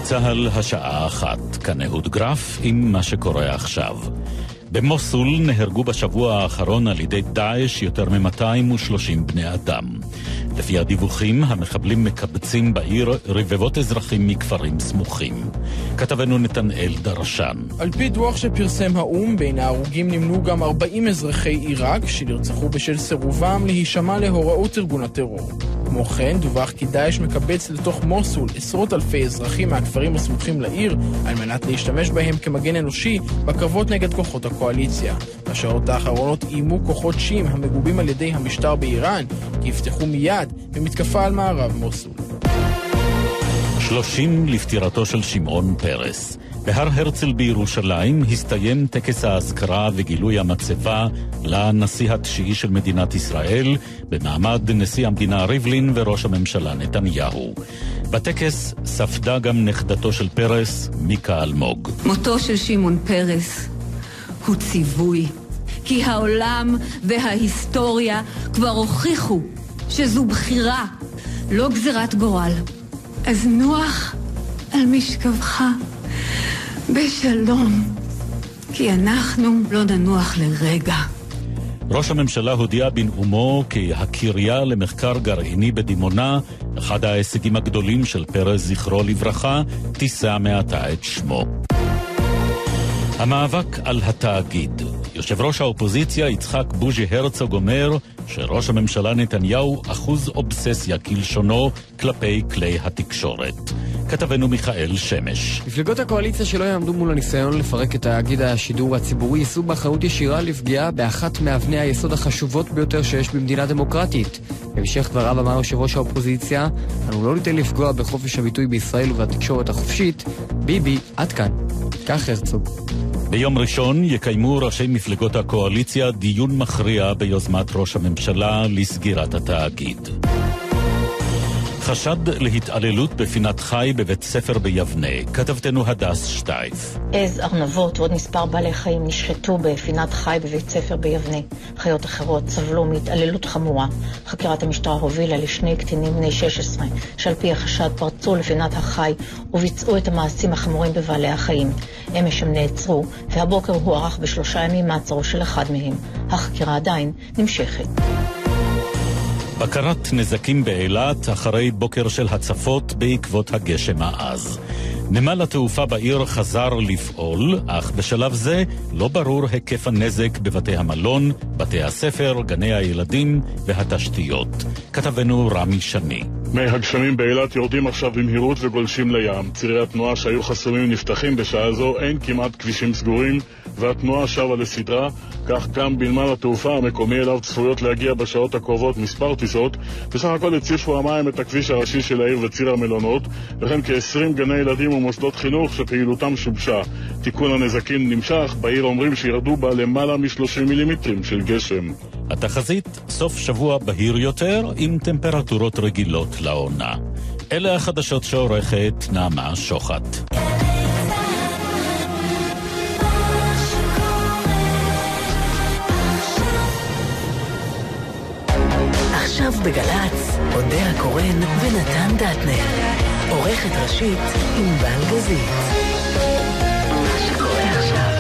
צהל השעה 1, כאן אהוד גרף עם מה שקורה עכשיו. במוסול נהרגו בשבוע האחרון על ידי דאעש יותר מ-230 בני אדם. לפי הדיווחים, המחבלים מקבצים בעיר רבבות אזרחים מכפרים סמוכים. כתבנו נתנאל דרשן. על פי דוח שפרסם האום, בין ההרוגים נמנו גם 40 אזרחי עיראק שנרצחו בשל סירובם להישמע להוראות ארגון הטרור. כמו כן, דווח כי דאעש מקבץ לתוך מוסול עשרות אלפי אזרחים מהכפרים הסמוכים לעיר על מנת להשתמש בהם כמגן אנושי בקרבות נגד כוחות הקואליציה. בשעות האחרונות איימו כוחות שיעים המגובים על ידי המשטר באיראן כי יפתחו מיד במתקפה על מערב מוסול. 30 לפטירתו של שמעון פרס. בהר הרצל בירושלים הסתיים טקס ההזכרה וגילוי המצבה לנשיא התשיעי של מדינת ישראל, במעמד נשיא המדינה ריבלין וראש הממשלה נתניהו. בטקס ספדה גם נכדתו של פרס, מיקה אלמוג. מותו של שמעון פרס הוא ציווי, כי העולם וההיסטוריה כבר הוכיחו שזו בחירה, לא גזירת גורל. אז נוח על משכבך בשלום, כי אנחנו לא ננוח לרגע. ראש הממשלה הודיע בנאומו כי הקריה למחקר גרעיני בדימונה, אחד ההישגים הגדולים של פרס זכרו לברכה, תישא מעתה את שמו. המאבק על התאגיד. יושב ראש האופוזיציה יצחק בוז'י הרצוג אומר שראש הממשלה נתניהו אחוז אובססיה כלשונו כלפי כלי התקשורת. כתבנו מיכאל שמש. מפלגות הקואליציה שלא יעמדו מול הניסיון לפרק את תאגיד השידור הציבורי יישאו באחריות ישירה לפגיעה באחת מאבני היסוד החשובות ביותר שיש במדינה דמוקרטית. בהמשך דבריו אמר יושב ראש האופוזיציה, אנו לא ניתן לפגוע בחופש הביטוי בישראל ובתקשורת החופשית. ביבי, עד כאן. כך הרצוג. ביום ראשון יקיימו ראשי מפלגות הקואליציה דיון מכריע ביוזמת ראש הממשלה לסגירת התאגיד. חשד להתעללות בפינת חי בבית ספר ביבנה. כתבתנו הדס שטייף. עז, ארנבות ועוד מספר בעלי חיים נשחטו בפינת חי בבית ספר ביבנה. חיות אחרות סבלו מהתעללות חמורה. חקירת המשטרה הובילה לשני קטינים בני 16 שעל פי החשד פרצו לפינת החי וביצעו את המעשים החמורים בבעלי החיים. אמש הם נעצרו והבוקר הוא ערך ב3 ימים מעצרו של אחד מהם. החקירה עדיין נמשכת. בקרת נזקים באילת אחרי בוקר של הצפות בעקבות הגשם העז. נמל התעופה בעיר חזר לפעול, אך בשלב זה לא ברור היקף הנזק בבתי המלון, בתי הספר, גני הילדים והתשתיות. כתבנו רמי שני. מי הגשמים באילת יורדים עכשיו במהירות וגולשים לים. צירי התנועה שהיו חסומים נפתחים בשעה זו, אין כמעט כבישים סגורים והתנועה שבה לסדרה. כך גם בנמל התעופה המקומי אליו צפויות להגיע בשעות הקרובות מספר טיסות. בסך הכל הציפו המים את הכביש הראשי של העיר וציר המלונות, וכן כ-20 גני ילדים ומוסדות חינוך שפעילותם שובשה. תיקון הנזקים נמשך, בעיר אומרים שירדו בה למעלה מ-30 מילימטרים של גשם. התחזית, סוף שבוע בהיר יותר עם טמפרטורות רגילות לעונה. אלה החדשות שעורכת נעמה שוחט. עכשיו בגלץ, אודיה קורן ונתן דטנר. עורכת ראשית עם בלגזית. מה שקורה עכשיו.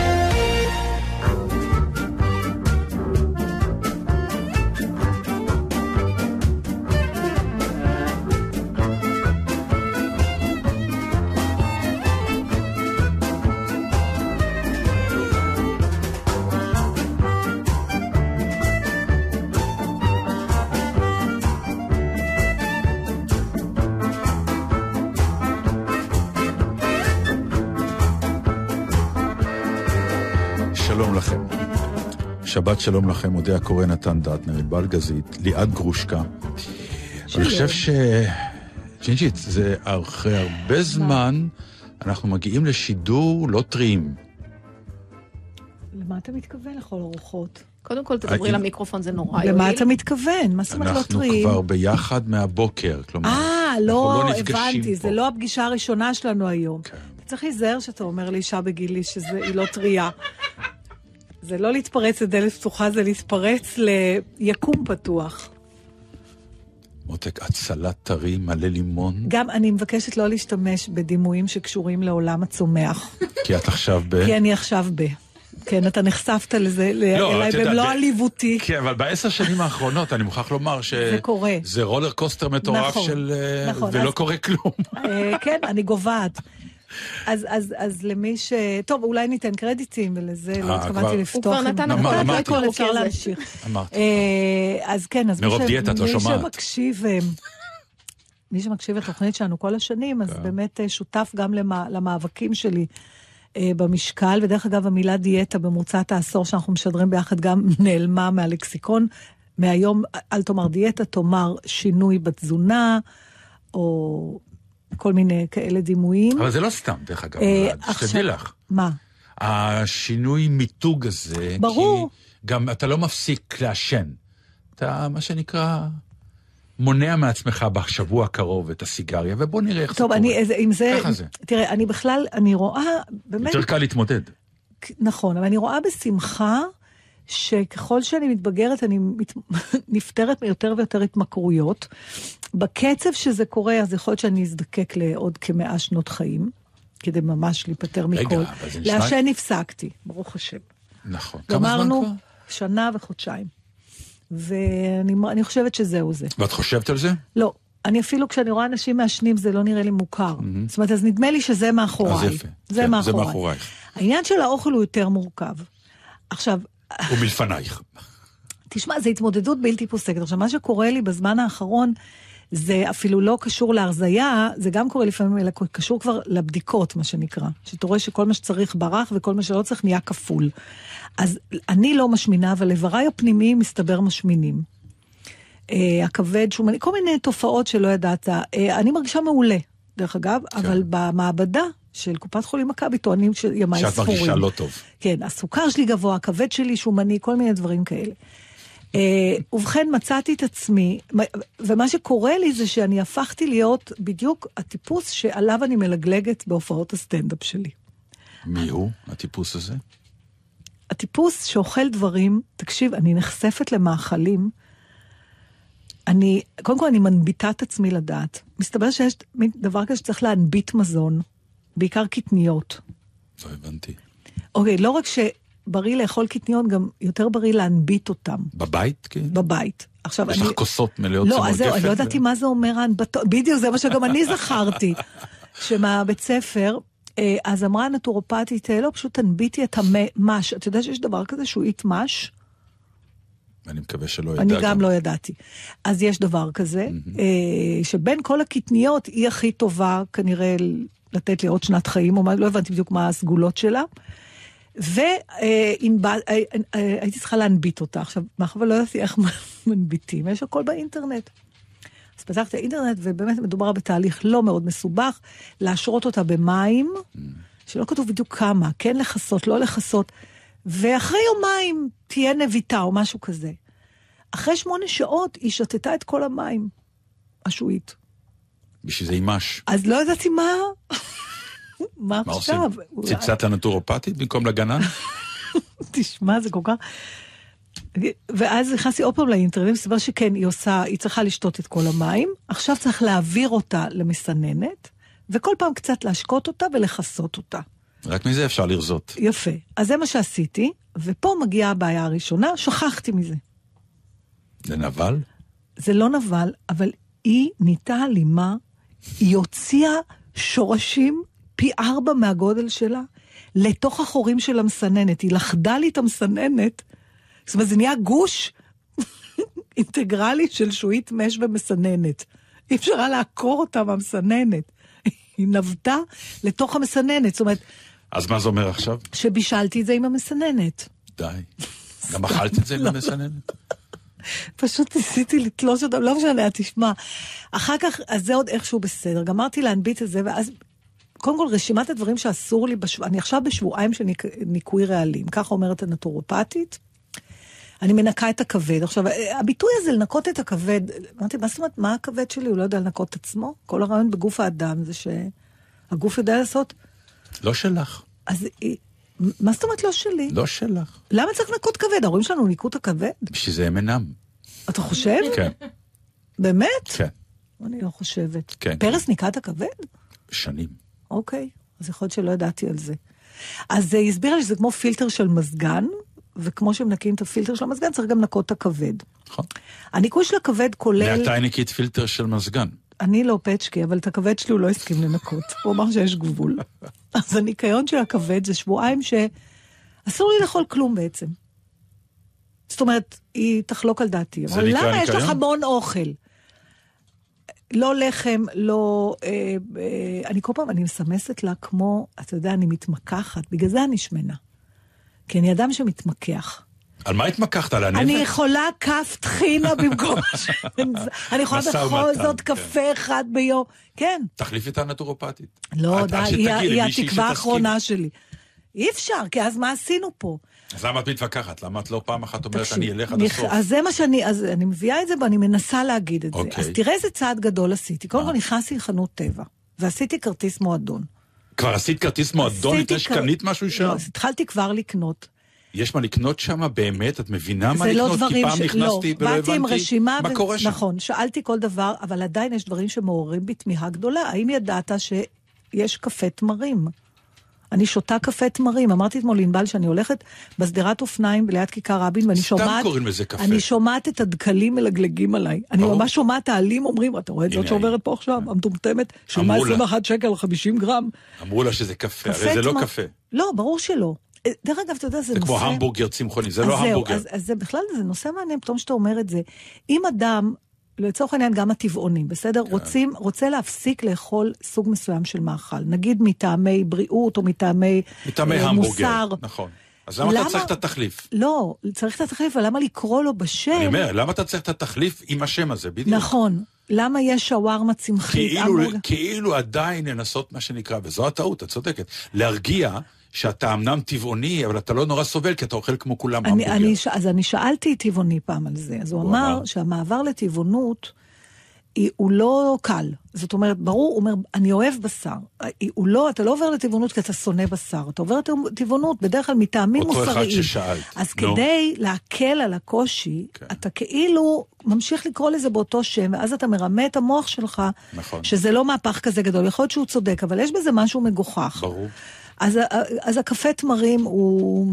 שלום לכם. שבת שלום לכם, אודיה קורן, נתן דטנר, בלגזית, ליעד גרושקה. אני חושב ג'ינג'ית, זה אחרי הרבה זמן אנחנו מגיעים לשידור לא טריים. למה אתה מתכוון לכל הרוחות? קודם כל תדברי למיקרופון, זה נורא יועיל. למה אתה מתכוון? מה זאת אומרת לא טריים? אנחנו כבר ביחד מהבוקר, כלומר. לא, הבנתי, זה לא הפגישה הראשונה שלנו היום. אתה צריך להיזהר שאתה אומר לאישה בגילי שהיא לא טריה. זה לא להתפרץ לדלת פתוחה, זה להתפרץ ליקום פתוח. מותק, הצלת טרי, מלא לימון. גם אני מבקשת לא להשתמש בדימויים שקשורים לעולם הצומח. כי את עכשיו כי אני עכשיו כן, אתה נחשפת לזה, אליי במלוא עליבותי. כן, אבל ב10 שנים האחרונות אני מוכרח לומר זה קורה. זה רולר קוסטר מטורף של... ולא קורה כלום. כן, אני גובעת. אז למי ש... טוב, אולי ניתן קרדיטים, ולזה לא התכוונתי לפתוח. הוא כבר נתן הכל, אפשר להמשיך. אמרתי. אז כן, אז מרוב דיאטה, את לא שומעת. מי שמקשיב לתוכנית שלנו כל השנים, אז באמת שותף גם למאבקים שלי במשקל, ודרך אגב המילה דיאטה במרוצת העשור שאנחנו משדרים ביחד גם נעלמה מהלקסיקון. מהיום אל תאמר דיאטה, תאמר שינוי בתזונה, או כל מיני כאלה דימויים. אבל זה לא סתם, דרך אגב, שתדעי לך. מה? השינוי מיתוג הזה, ברור. כי גם אתה לא מפסיק לעשן. אתה, מה שנקרא, מונע מעצמך בשבוע הקרוב את הסיגריה, ובוא נראה איך טוב, זה קורה. טוב, עם זה... ככה זה. תראה, אני בכלל, אני רואה... באמת... יותר קל להתמודד. נכון, אבל אני רואה בשמחה שככל שאני מתבגרת, אני נפטרת מיותר ויותר התמכרויות. בקצב שזה קורה, אז יכול להיות שאני אזדקק לעוד כ100 שנות חיים, כדי ממש להיפטר מכל. לעשן הפסקתי, ברוך השם. נכון. כמה זמן כבר? שנה וחודשיים. ואני חושבת שזהו זה. ואת חושבת על זה? לא. אני אפילו כשאני רואה אנשים מעשנים, זה לא נראה לי מוכר. זאת אומרת, אז נדמה לי שזה מאחוריי. אז יפה. זה מאחוריי. זה מאחורייך. העניין של האוכל הוא יותר מורכב. עכשיו... הוא מלפנייך. תשמע, זה התמודדות בלתי פוסקת. עכשיו, מה שקורה לי בזמן האחרון, זה אפילו לא קשור להרזיה, זה גם קורה לפעמים, אלא קשור כבר לבדיקות, מה שנקרא. שאתה רואה שכל מה שצריך ברח, וכל מה שלא צריך נהיה כפול. אז אני לא משמינה, אבל לבריי הפנימיים מסתבר משמינים. הכבד, שומני, כל מיני תופעות שלא ידעת. אני מרגישה מעולה, דרך אגב, אבל במעבדה של קופת חולים מכבי טוענים שימי ספורים. שאת מרגישה לא טוב. כן, הסוכר שלי גבוה, הכבד שלי שומני, כל מיני דברים כאלה. ובכן מצאתי את עצמי, ומה שקורה לי זה שאני הפכתי להיות בדיוק הטיפוס שעליו אני מלגלגת בהופעות הסטנדאפ שלי. מי הוא הטיפוס הזה? הטיפוס שאוכל דברים, תקשיב, אני נחשפת למאכלים, קודם כל אני מנביטה את עצמי לדעת. מסתבר שיש דבר כזה שצריך להנביט מזון, בעיקר קטניות. לא הבנתי. אוקיי, לא רק שבריא לאכול קטניות, גם יותר בריא להנביט אותם. בבית? כן. בבית. עכשיו, יש לך כוסות מלאות צמר גפן? לא, אז זהו, אני לא ידעתי מה זה אומר ההנבטות. בדיוק, זה מה שגם אני זכרתי. שמהבית ספר, אז אמרה הנטורופטית, לא, פשוט תנביטי את המש. אתה יודע שיש דבר כזה שהוא אית מש? אני מקווה שלא ידע. אני גם לא ידעתי. אז יש דבר כזה, שבין כל הקטניות היא הכי טובה, כנראה לתת לי עוד שנת חיים, או לא הבנתי בדיוק מה הסגולות שלה, והייתי צריכה להנביט אותה. עכשיו, מאחר לא ידעתי איך מנביטים, יש הכל באינטרנט. אז פתחתי האינטרנט, ובאמת מדובר בתהליך לא מאוד מסובך, להשרות אותה במים, שלא כתוב בדיוק כמה, כן לחסות, לא לחסות, ואחרי יומיים תהיה נביטה או משהו כזה. אחרי 8 שעות היא שתתה את כל המים, השועית. בשביל זה אימש. אז לא ידעתי מה... מה עכשיו? צלצלת לנטורופטית במקום לגנן? תשמע, זה כל כך... ואז נכנסתי עוד פעם לאינטרנט, מסתבר שכן, היא צריכה לשתות את כל המים, עכשיו צריך להעביר אותה למסננת, וכל פעם קצת להשקות אותה ולחסות אותה. רק מזה אפשר לרזות. יפה. אז זה מה שעשיתי, ופה מגיעה הבעיה הראשונה, שכחתי מזה. זה נבל? זה לא נבל, אבל היא ניתה אלימה, היא הוציאה שורשים פי 4 מהגודל שלה, לתוך החורים של המסננת. היא לחדה לי את המסננת, זאת אומרת, זה נהיה גוש אינטגרלי של שועית מש ומסננת. אי אפשר לעקור אותה מהמסננת. היא נבטה לתוך המסננת, זאת אומרת... אז מה זה אומר עכשיו? שבישלתי את זה עם המסננת. די. גם אכלת את זה עם המסננת? פשוט ניסיתי לתלוש אותם, לא משנה, תשמע. אחר כך, אז זה עוד איכשהו בסדר. גמרתי להנביט את זה, ואז, קודם כל, רשימת הדברים שאסור לי, אני עכשיו בשבועיים של ניקוי רעלים, כך אומרת הנטורופטית, אני מנקה את הכבד. עכשיו, הביטוי הזה, לנקות את הכבד, אמרתי, מה זאת אומרת, מה הכבד שלי? הוא לא יודע לנקות את עצמו? כל הרעיון בגוף האדם זה שהגוף יודע לעשות... לא שלך. אז מה זאת אומרת לא שלי? לא שלך. למה צריך לנקות כבד? ההורים שלנו ניקו את הכבד? בשביל זה הם אינם. אתה חושב? כן. באמת? כן. אני לא חושבת. כן. פרס ניקה את הכבד? שנים. אוקיי, אז יכול להיות שלא ידעתי על זה. אז היא הסבירה לי שזה כמו פילטר של מזגן, וכמו שמנקים את הפילטר של המזגן, צריך גם לנקות את הכבד. נכון. הניקוי של הכבד כולל... מתי ניקית פילטר של מזגן? אני לא פצ'קי, אבל את הכבד שלי הוא לא הסכים לנקות. הוא אמר שיש גבול. אז הניקיון של הכבד זה שבועיים שאסור לי לאכול כלום בעצם. זאת אומרת, היא תחלוק על דעתי. אבל למה יש לך המון אוכל? לא לחם, לא... אני כל פעם, אני מסמסת לה כמו, אתה יודע, אני מתמקחת. בגלל זה אני שמנה. כי אני אדם שמתמקח. על מה התמקחת? על הנפש? אני יכולה כף תחינה במקום... אני יכולה בכל זאת קפה אחד ביום. כן. תחליפי את הנטורופטית. לא, היא התקווה האחרונה שלי. אי אפשר, כי אז מה עשינו פה? אז למה את מתווכחת? למה את לא פעם אחת אומרת אני אלך עד הסוף? אז זה מה אז אני מביאה את זה ואני מנסה להגיד את זה. אז תראה איזה צעד גדול עשיתי. קודם כל נכנסתי לחנות טבע, ועשיתי כרטיס מועדון. כבר עשית כרטיס מועדון לפני שקנית משהו שם? לא, התחלתי כבר לקנות. יש מה לקנות שם באמת? את מבינה מה לקנות? כי פעם נכנסתי ולא הבנתי מה קורה שם. נכון, שאלתי כל דבר, אבל עדיין יש דברים שמעוררים בי תמיהה גדולה. האם ידעת שיש קפה תמרים? אני שותה קפה תמרים. אמרתי אתמול לנבל שאני הולכת בסדרת אופניים ליד כיכר רבין, ואני שומעת את הדקלים מלגלגים עליי. אני ממש שומעת העלים אומרים, אתה רואה את זאת שעוברת פה עכשיו, המטומטמת, שמה 21 שקל על 50 גרם. אמרו לה שזה קפה, הרי זה לא קפה. לא, ברור שלא. דרך אגב, אתה יודע, זה נושא... כמו המבורגר צמחוני, זה לא המבורגר. אז זה בכלל, זה נושא מעניין, פתאום שאתה אומר את זה. אם אדם, לצורך העניין גם הטבעונים, בסדר? רוצה להפסיק לאכול סוג מסוים של מאכל. נגיד מטעמי בריאות או מטעמי המבורגר, נכון. אז למה אתה צריך את התחליף? לא, צריך את התחליף, אבל למה לקרוא לו בשם? אני אומר, למה אתה צריך את התחליף עם השם הזה, בדיוק? נכון. למה יש שווארמה צמחית? כאילו עדיין לנסות מה שנקרא, וזו הטעות, את צודקת, להרגיע שאתה אמנם טבעוני, אבל אתה לא נורא סובל, כי אתה אוכל כמו כולם המבורגר. אז אני שאלתי טבעוני פעם על זה, אז הוא אמר שהמעבר לטבעונות הוא לא קל. זאת אומרת, ברור, הוא אומר, אני אוהב בשר. אתה לא עובר לטבעונות כי אתה שונא בשר, אתה עובר לטבעונות בדרך כלל מטעמים מוסריים. אותו אחד ששאלת. אז כדי להקל על הקושי, אתה כאילו ממשיך לקרוא לזה באותו שם, ואז אתה מרמה את המוח שלך, שזה לא מהפך כזה גדול. יכול להיות שהוא צודק, אבל יש בזה משהו מגוחך. ברור. אז הקפה תמרים הוא...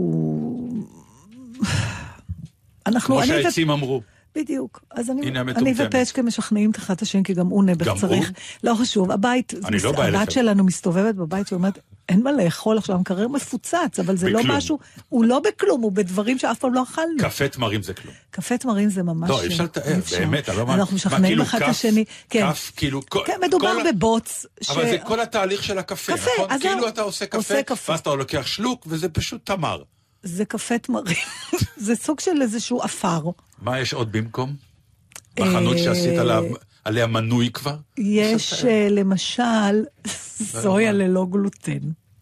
כמו שהעצים אמרו. בדיוק. אז אני ופצ'קה משכנעים אחד את השם, כי גם הוא נבח צריך. לא חשוב, הבת שלנו מסתובבת בבית שאומרת, אין מה לאכול עכשיו, המקרר מפוצץ, אבל זה לא משהו, הוא לא בכלום, הוא בדברים שאף פעם לא אכלנו. קפה תמרים זה כלום. קפה תמרים זה ממש... לא, אפשר לתאר, באמת, אנחנו משכנעים אחד את השני. כף, כאילו... כן, מדובר בבוץ. אבל זה כל התהליך של הקפה, נכון? כאילו אתה עושה קפה, ואז אתה לוקח שלוק, וזה פשוט תמר. זה קפה תמרים. זה סוג של איזשהו אפר. מה יש עוד במקום? בחנות שעשית עליה מנוי כבר? יש למשל סויה ללא גלוטן.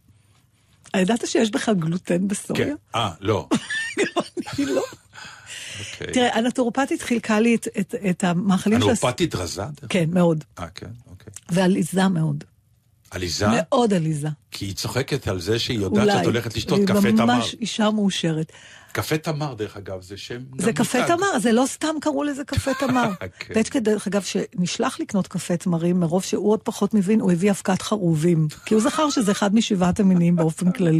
ידעת שיש בך גלוטן בסויה? כן. לא. אני לא. תראה, הנטורופטית חילקה לי את המאכלים... הנטורופטית רזה? כן, מאוד. כן, אוקיי. ועליזה מאוד. עליזה? מאוד עליזה. כי היא צוחקת על זה שהיא יודעת שאת הולכת לשתות קפה תמר. היא ממש אישה מאושרת. קפה תמר, דרך אגב, זה שם... זה קפה תמר, זה לא סתם קראו לזה קפה תמר. פצ'קה, דרך אגב, שנשלח לקנות קפה תמרים, מרוב שהוא עוד פחות מבין, הוא הביא אבקת חרובים. כי הוא זכר שזה אחד משבעת המינים באופן כללי.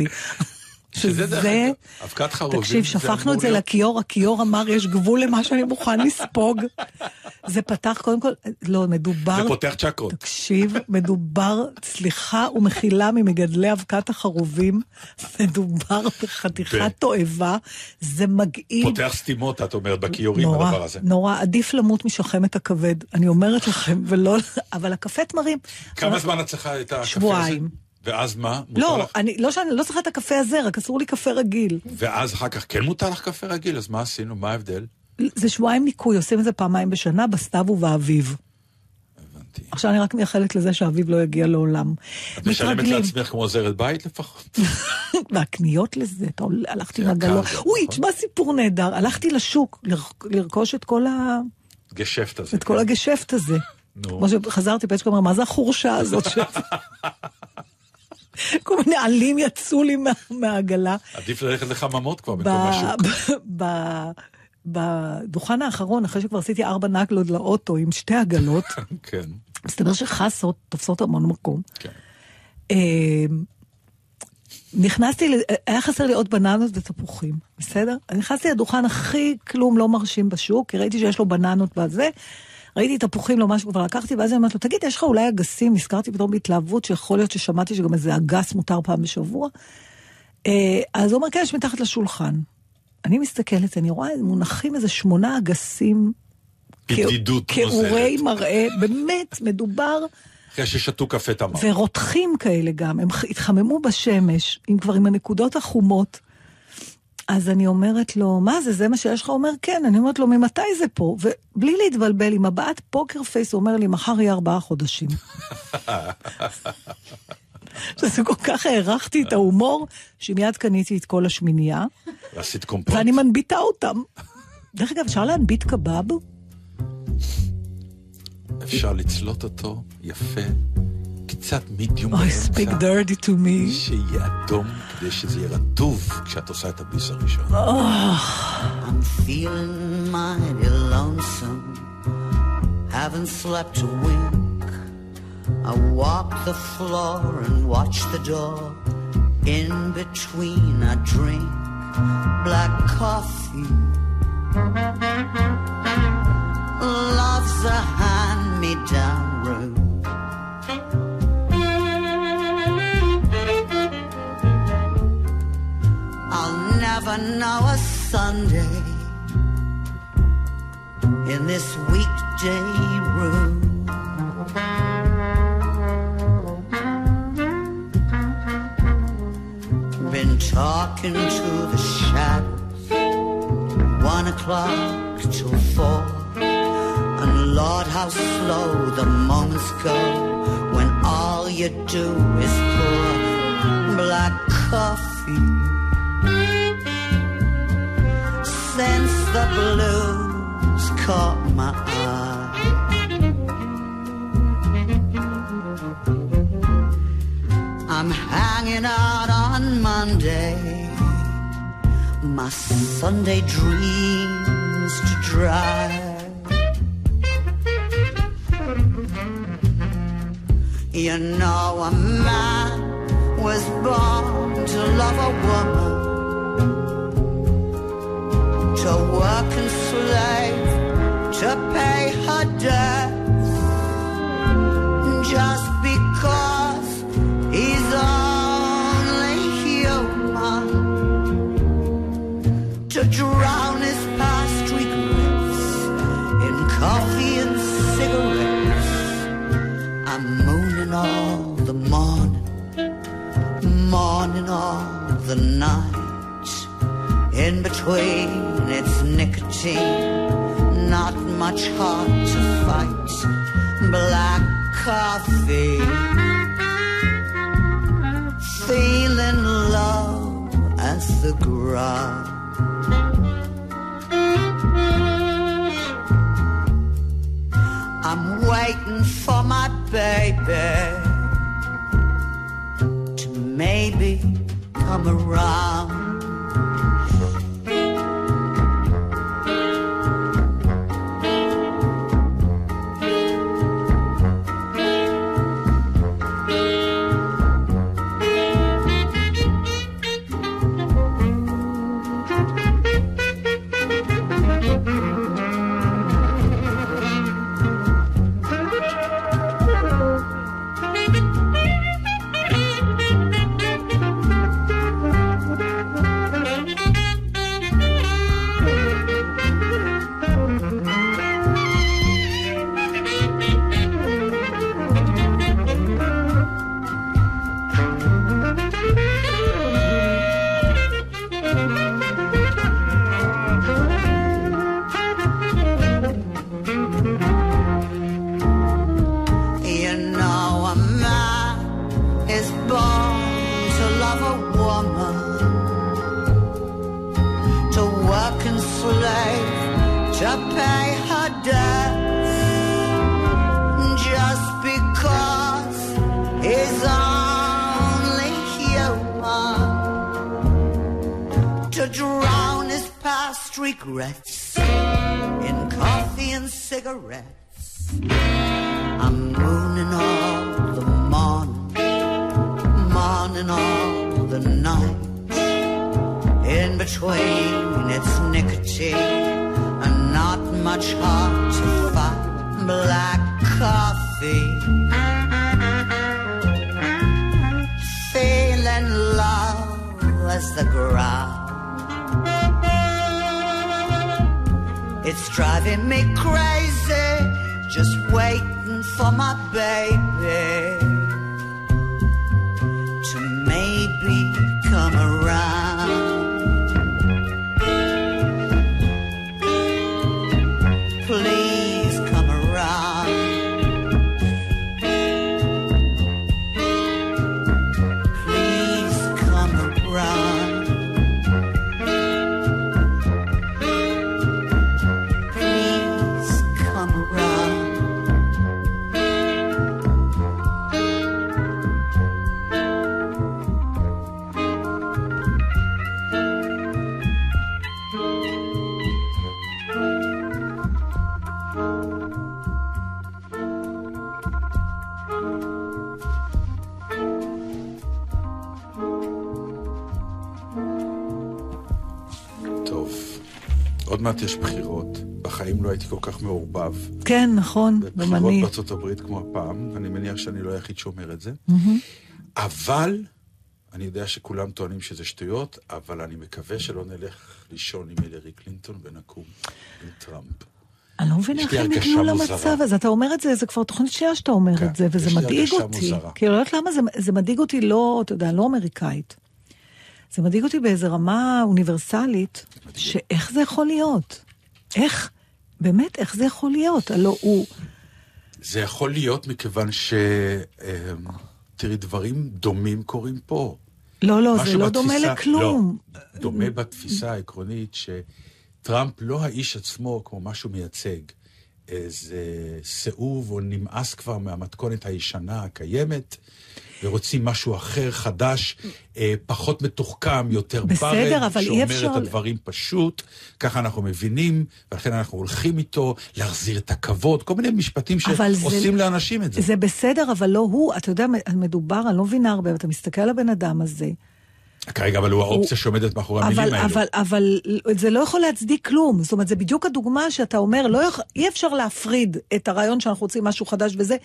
שזה, אבקת חרובים. תקשיב, שפכנו את זה לכיור, הכיור אמר, יש גבול למה שאני מוכן לספוג. זה פתח, קודם כל, לא, מדובר... זה פותח צ'קרות. תקשיב, מדובר, סליחה ומחילה ממגדלי אבקת החרובים, מדובר בחתיכת תועבה, זה מגעיל. פותח סתימות, את אומרת, בכיורים, הדבר הזה. נורא, עדיף למות משחמת הכבד, אני אומרת לכם, ולא... אבל הקפה תמרים... כמה זמן את צריכה את הקפה הזה? שבועיים. ואז מה? לא, אני לא צריכה את הקפה הזה, רק אסור לי קפה רגיל. ואז אחר כך כן מותר לך קפה רגיל, אז מה עשינו? מה ההבדל? זה שבועיים ניקוי, עושים את זה פעמיים בשנה, בסתיו ובאביב. הבנתי. עכשיו אני רק מייחלת לזה שהאביב לא יגיע לעולם. את משלמת לעצמך כמו עוזרת בית לפחות? והקניות לזה, הלכתי לגלו. אוי, תשמע סיפור נהדר, הלכתי לשוק לרכוש את כל הגשפט הזה. את כל הגשפט הזה. כמו שחזרתי, פצ'קה אומר, מה זה החורשה הזאת? כל מיני עלים יצאו לי מהעגלה. עדיף ללכת לחממות כבר במקום השוק. בדוכן האחרון, אחרי שכבר עשיתי 4 נגלות לאוטו עם 2 עגלות, כן. מסתבר שחסות תופסות המון מקום. כן. נכנסתי, היה חסר לי עוד בננות ותפוחים, בסדר? נכנסתי לדוכן הכי כלום לא מרשים בשוק, כי ראיתי שיש לו בננות בזה, ראיתי תפוחים לו משהו כבר לקחתי, ואז אני אומרת לו, תגיד, יש לך אולי אגסים? נזכרתי פתאום בהתלהבות, שיכול להיות ששמעתי שגם איזה אגס מותר פעם בשבוע. אז הוא אומר, כן, יש מתחת לשולחן. אני מסתכלת, אני רואה מונחים איזה 8 אגסים, כאורי מראה, באמת מדובר, אחרי ששתו קפה תמר. ורותחים כאלה גם, הם התחממו בשמש, כבר עם הנקודות החומות. אז אני אומרת לו, מה זה? זה מה שיש לך? הוא אומר, כן. אני אומרת לו, ממתי זה פה? ובלי להתבלבל, עם הבעת פוקר פייס, הוא אומר לי, מחר יהיה 4 חודשים. שזה כל כך הערכתי את ההומור, שמיד קניתי את כל השמינייה. ועשית קומפוט. ואני מנביטה אותם. דרך אגב, אפשר להנביט קבב? אפשר לצלות אותו יפה, קצת מידיום באמצע. speak dirty to me. שיהיה אדום, כדי שזה יהיה רטוב כשאת עושה את הביס הראשון. I'm feeling mighty lonesome, haven't slept a wink. I walk the floor and watch the door. In between I drink black coffee. Love's a hand-me-down room. I'll never know a Sunday in this weekday room. Been talking to the shadows, 1 o'clock till 4. And Lord, how slow the moments go when all you do is pour black coffee. Since the blues caught my eye, I'm hanging out on Monday, my Sunday dreams to dry. You know a man was born to love a woman, to work and slave, to pay her debts, just because he's only human, to drown his past regrets in coffee and cigarettes. I'm mooning all the morning, morning all the night. In between it's nicotine, not much hard to fight. Black coffee, feeling low as the ground. I'm waiting for my baby to maybe come around. Regrets in coffee and cigarettes. I'm mooning all the morning all the night. In between it's nicotine and not much hard to find. Black coffee, feeling love as the ground. It's driving me crazy, just waiting for my baby to maybe come around. Please come around. Please come around. Please come around. עוד מעט יש בחירות. בחיים לא הייתי כל כך מעורבב. כן, נכון. בחירות בארצות הברית כמו הפעם. אני מניח שאני לא היחיד שאומר את זה. אבל, אני יודע שכולם טוענים שזה שטויות, אבל אני מקווה שלא נלך לישון עם הילרי קלינטון ונקום עם טראמפ. אני לא מבינה איך הם הגיעו למצב הזה. אתה אומר את זה, זה כבר תוכנית שנייה שאתה אומר את זה, וזה מדאיג אותי. כי לא יודעת למה זה מדאיג אותי לא, אתה יודע, לא אמריקאית. זה מדאיג אותי באיזו רמה אוניברסלית, שאיך זה יכול להיות? איך? באמת, איך זה יכול להיות? הלא הוא... זה יכול להיות מכיוון תראי, דברים דומים קורים פה. לא, זה לא דומה לכלום. לא, דומה בתפיסה העקרונית שטראמפ לא האיש עצמו כמו משהו מייצג. איזה סיאוב או נמאס כבר מהמתכונת הישנה הקיימת, ורוצים משהו אחר, חדש, פחות מתוחכם, יותר ברד, שאומר את הדברים פשוט, ככה אנחנו מבינים, ולכן אנחנו הולכים איתו, להחזיר את הכבוד, כל מיני משפטים שעושים לאנשים את זה. זה בסדר, אבל לא הוא, אתה יודע, מדובר, אני לא מבינה הרבה, אתה מסתכל על הבן אדם הזה, כרגע, אבל הוא האופציה שעומדת מאחורי המילים האלו. אבל זה לא יכול להצדיק כלום. זאת אומרת, זה בדיוק הדוגמה שאתה אומר, אי אפשר להפריד את הרעיון שאנחנו רוצים משהו חדש וזה,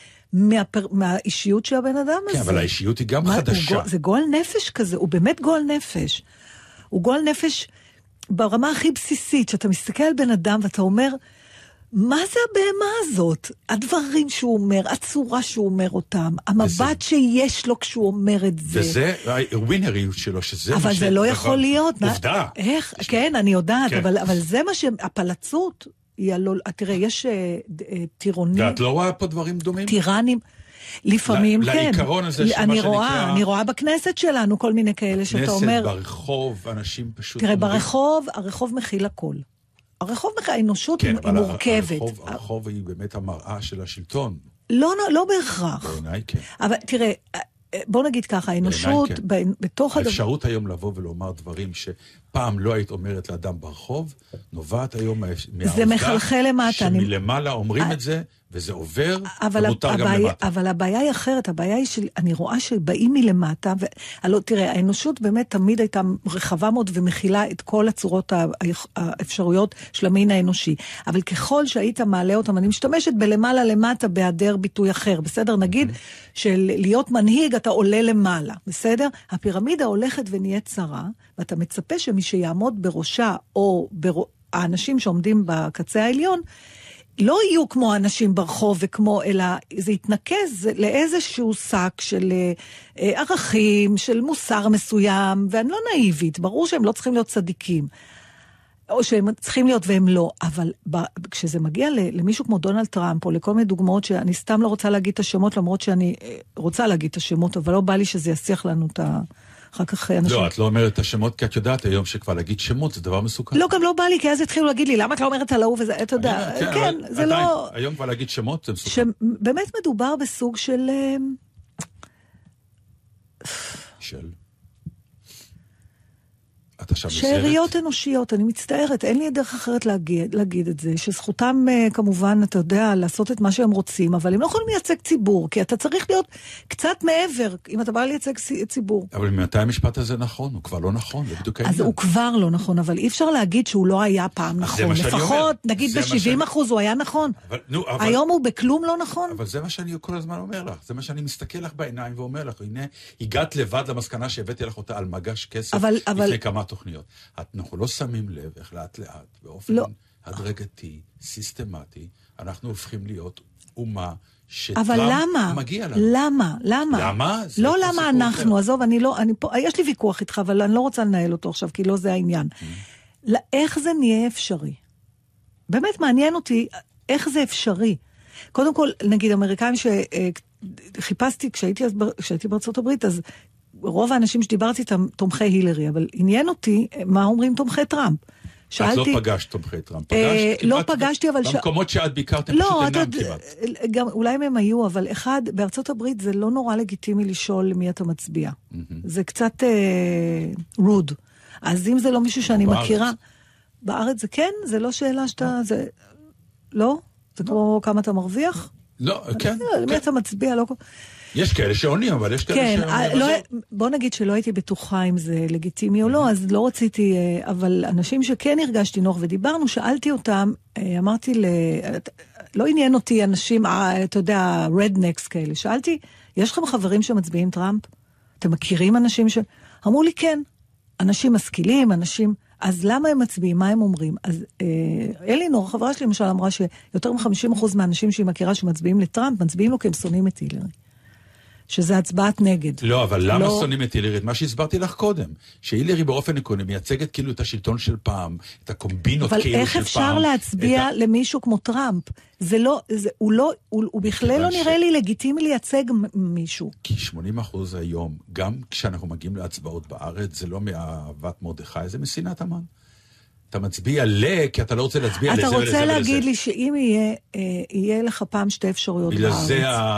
מהאישיות של הבן אדם הזה. כן, אבל האישיות היא גם חדשה. זה גועל נפש כזה, הוא באמת גועל נפש. הוא גועל נפש ברמה הכי בסיסית, שאתה מסתכל על בן אדם ואתה אומר, מה זה הבהמה הזאת? הדברים שהוא אומר, הצורה שהוא אומר אותם, המבט שיש לו כשהוא אומר את זה. וזה הווינריות שלו, שזה אבל זה לא יכול להיות. עובדה. איך? כן, אני יודעת, אבל זה מה שהפלצות, תראה, יש טירונים. ואת לא רואה פה דברים דומים? טירנים. לפעמים כן. לעיקרון הזה שמה שנקרא... אני רואה בכנסת שלנו כל מיני כאלה שאתה אומר... בכנסת, ברחוב, אנשים פשוט... תראה, הרחוב מכיל הכל. הרחוב האנושות היא מורכבת. הרחוב היא באמת המראה של השלטון. לא בהכרח. בעיניי כן. אבל תראה, בוא נגיד ככה, האנושות בתוך... האפשרות היום לבוא ולומר דברים שפעם לא היית אומרת לאדם ברחוב, נובעת היום מהעובדה שמלמעלה אומרים את זה, וזה עובר, ומותר גם למטה. אבל הבעיה היא אחרת, הבעיה היא שאני רואה שבאים מלמטה, תראה, האנושות באמת תמיד הייתה רחבה מאוד ומכילה את כל הצורות האפשרויות של המין האנושי. אבל ככל שהיית מעלה אותם, אני משתמשת בלמעלה למטה בהיעדר ביטוי אחר, בסדר? נגיד של להיות מנהיג אתה עולה למעלה, בסדר? הפירמידה הולכת ונהיית צרה, ואתה מצפה שמי שיעמוד בראשה, או האנשים שעומדים בקצה העליון, לא יהיו כמו האנשים ברחוב וכמו, אלא זה יתנקז לאיזשהו שק של ערכים, של מוסר מסוים, ואני לא נאיבית, ברור שהם לא צריכים להיות צדיקים, או שהם צריכים להיות והם לא, אבל כשזה מגיע למישהו כמו דונלד טראמפ, או לכל מיני דוגמאות שאני סתם לא רוצה להגיד את השמות, למרות שאני רוצה להגיד את השמות, אבל לא בא לי שזה יסיח לנו את אחר כך אנשים... לא, את לא אומרת את השמות, כי את יודעת היום שכבר להגיד שמות, זה דבר מסוכן. לא, גם לא בא לי, כי אז התחילו להגיד לי, למה את לא אומרת על ההוא וזה, אתה יודע, כן, זה לא... היום כבר להגיד שמות, זה מסוכן. שבאמת מדובר בסוג של... את עכשיו מסרט? שאריות אנושיות, אני מצטערת, אין לי דרך אחרת להגיד את זה, שזכותם כמובן, אתה יודע, לעשות את מה שהם רוצים, אבל הם לא יכולים לייצג ציבור, כי אתה צריך להיות קצת מעבר, אם אתה בא לייצג ציבור. אבל ממתי המשפט הזה נכון? הוא כבר לא נכון, זה בדיוק העניין. אז הוא כבר לא נכון, אבל אי אפשר להגיד שהוא לא היה פעם נכון. לפחות, נגיד ב-70% הוא היה נכון. היום הוא בכלום לא נכון. אבל זה מה שאני כל הזמן אומר לך, זה מה שאני מסתכל לך בעיניים ואומר לך, הנה, הגעת לבד למסקנה שהבאתי לך אותה על מגש כסף לפני כמה תוכניות. אנחנו לא שמים לב איך לאט לאט, באופן הדרגתי, סיסטמטי, אנחנו הופכים להיות אומה שטראמפ מגיע לנו. למה? למה? לא למה אנחנו, עזוב, יש לי ויכוח איתך, אבל אני לא רוצה לנהל אותו עכשיו, כי לא זה העניין. איך זה נהיה אפשרי? באמת מעניין אותי איך זה אפשרי. קודם כל, נגיד, אמריקאים שחיפשתי כשהייתי בארצות הברית, אז רוב האנשים שדיברתי איתם תומכי הילרי, אבל עניין אותי מה אומרים תומכי טראמפ. את לא פגשת תומכי טראמפ. לא פגשתי, אבל... במקומות שאת ביקרתם פשוט אינם כמעט. גם, אולי הם היו, אבל אחד, בארצות הברית זה לא נורא לגיטימי לשאול למי אתה מצביע. זה קצת רוד. אז אם זה לא מישהו שאני מכירה... בארץ זה כן? זה לא שאלה שאתה... לא? זה כמו כמה אתה מרוויח? לא, כן. למי אתה מצביע? לא... יש כאלה שעונים, אבל יש כאלה שעונים. בוא נגיד שלא הייתי בטוחה אם זה לגיטימי או לא, אז לא רציתי, אבל אנשים שכן הרגשתי נוח ודיברנו, שאלתי אותם, אמרתי לא עניין אותי אנשים, אתה יודע, רדנקס כאלה, שאלתי, יש לכם חברים שמצביעים טראמפ? אתם מכירים אנשים אמרו לי כן, אנשים משכילים, אנשים... אז למה הם מצביעים? מה הם אומרים? אז אלינור, חברה שלי למשל, אמרה שיותר מ-50% מהאנשים שהיא מכירה שמצביעים לטראמפ, מצביעים לו כי הם שונאים את הילרי. שזה הצבעת נגד. לא, אבל למה שונאים את הילרי? מה שהסברתי לך קודם, שהילרי באופן עקרוני מייצגת כאילו את השלטון של פעם, את הקומבינות כאילו של פעם. אבל איך אפשר להצביע למישהו כמו טראמפ? זה לא, הוא בכלל לא נראה לי לגיטימי לייצג מישהו. כי 80% היום, גם כשאנחנו מגיעים להצבעות בארץ, זה לא מאהבת מרדכי, זה משנאת המן. אתה מצביע כי אתה לא רוצה להצביע לזה ולזה ולזה. אתה רוצה להגיד לי שאם יהיה לך פעם שתי אפשרויות בארץ,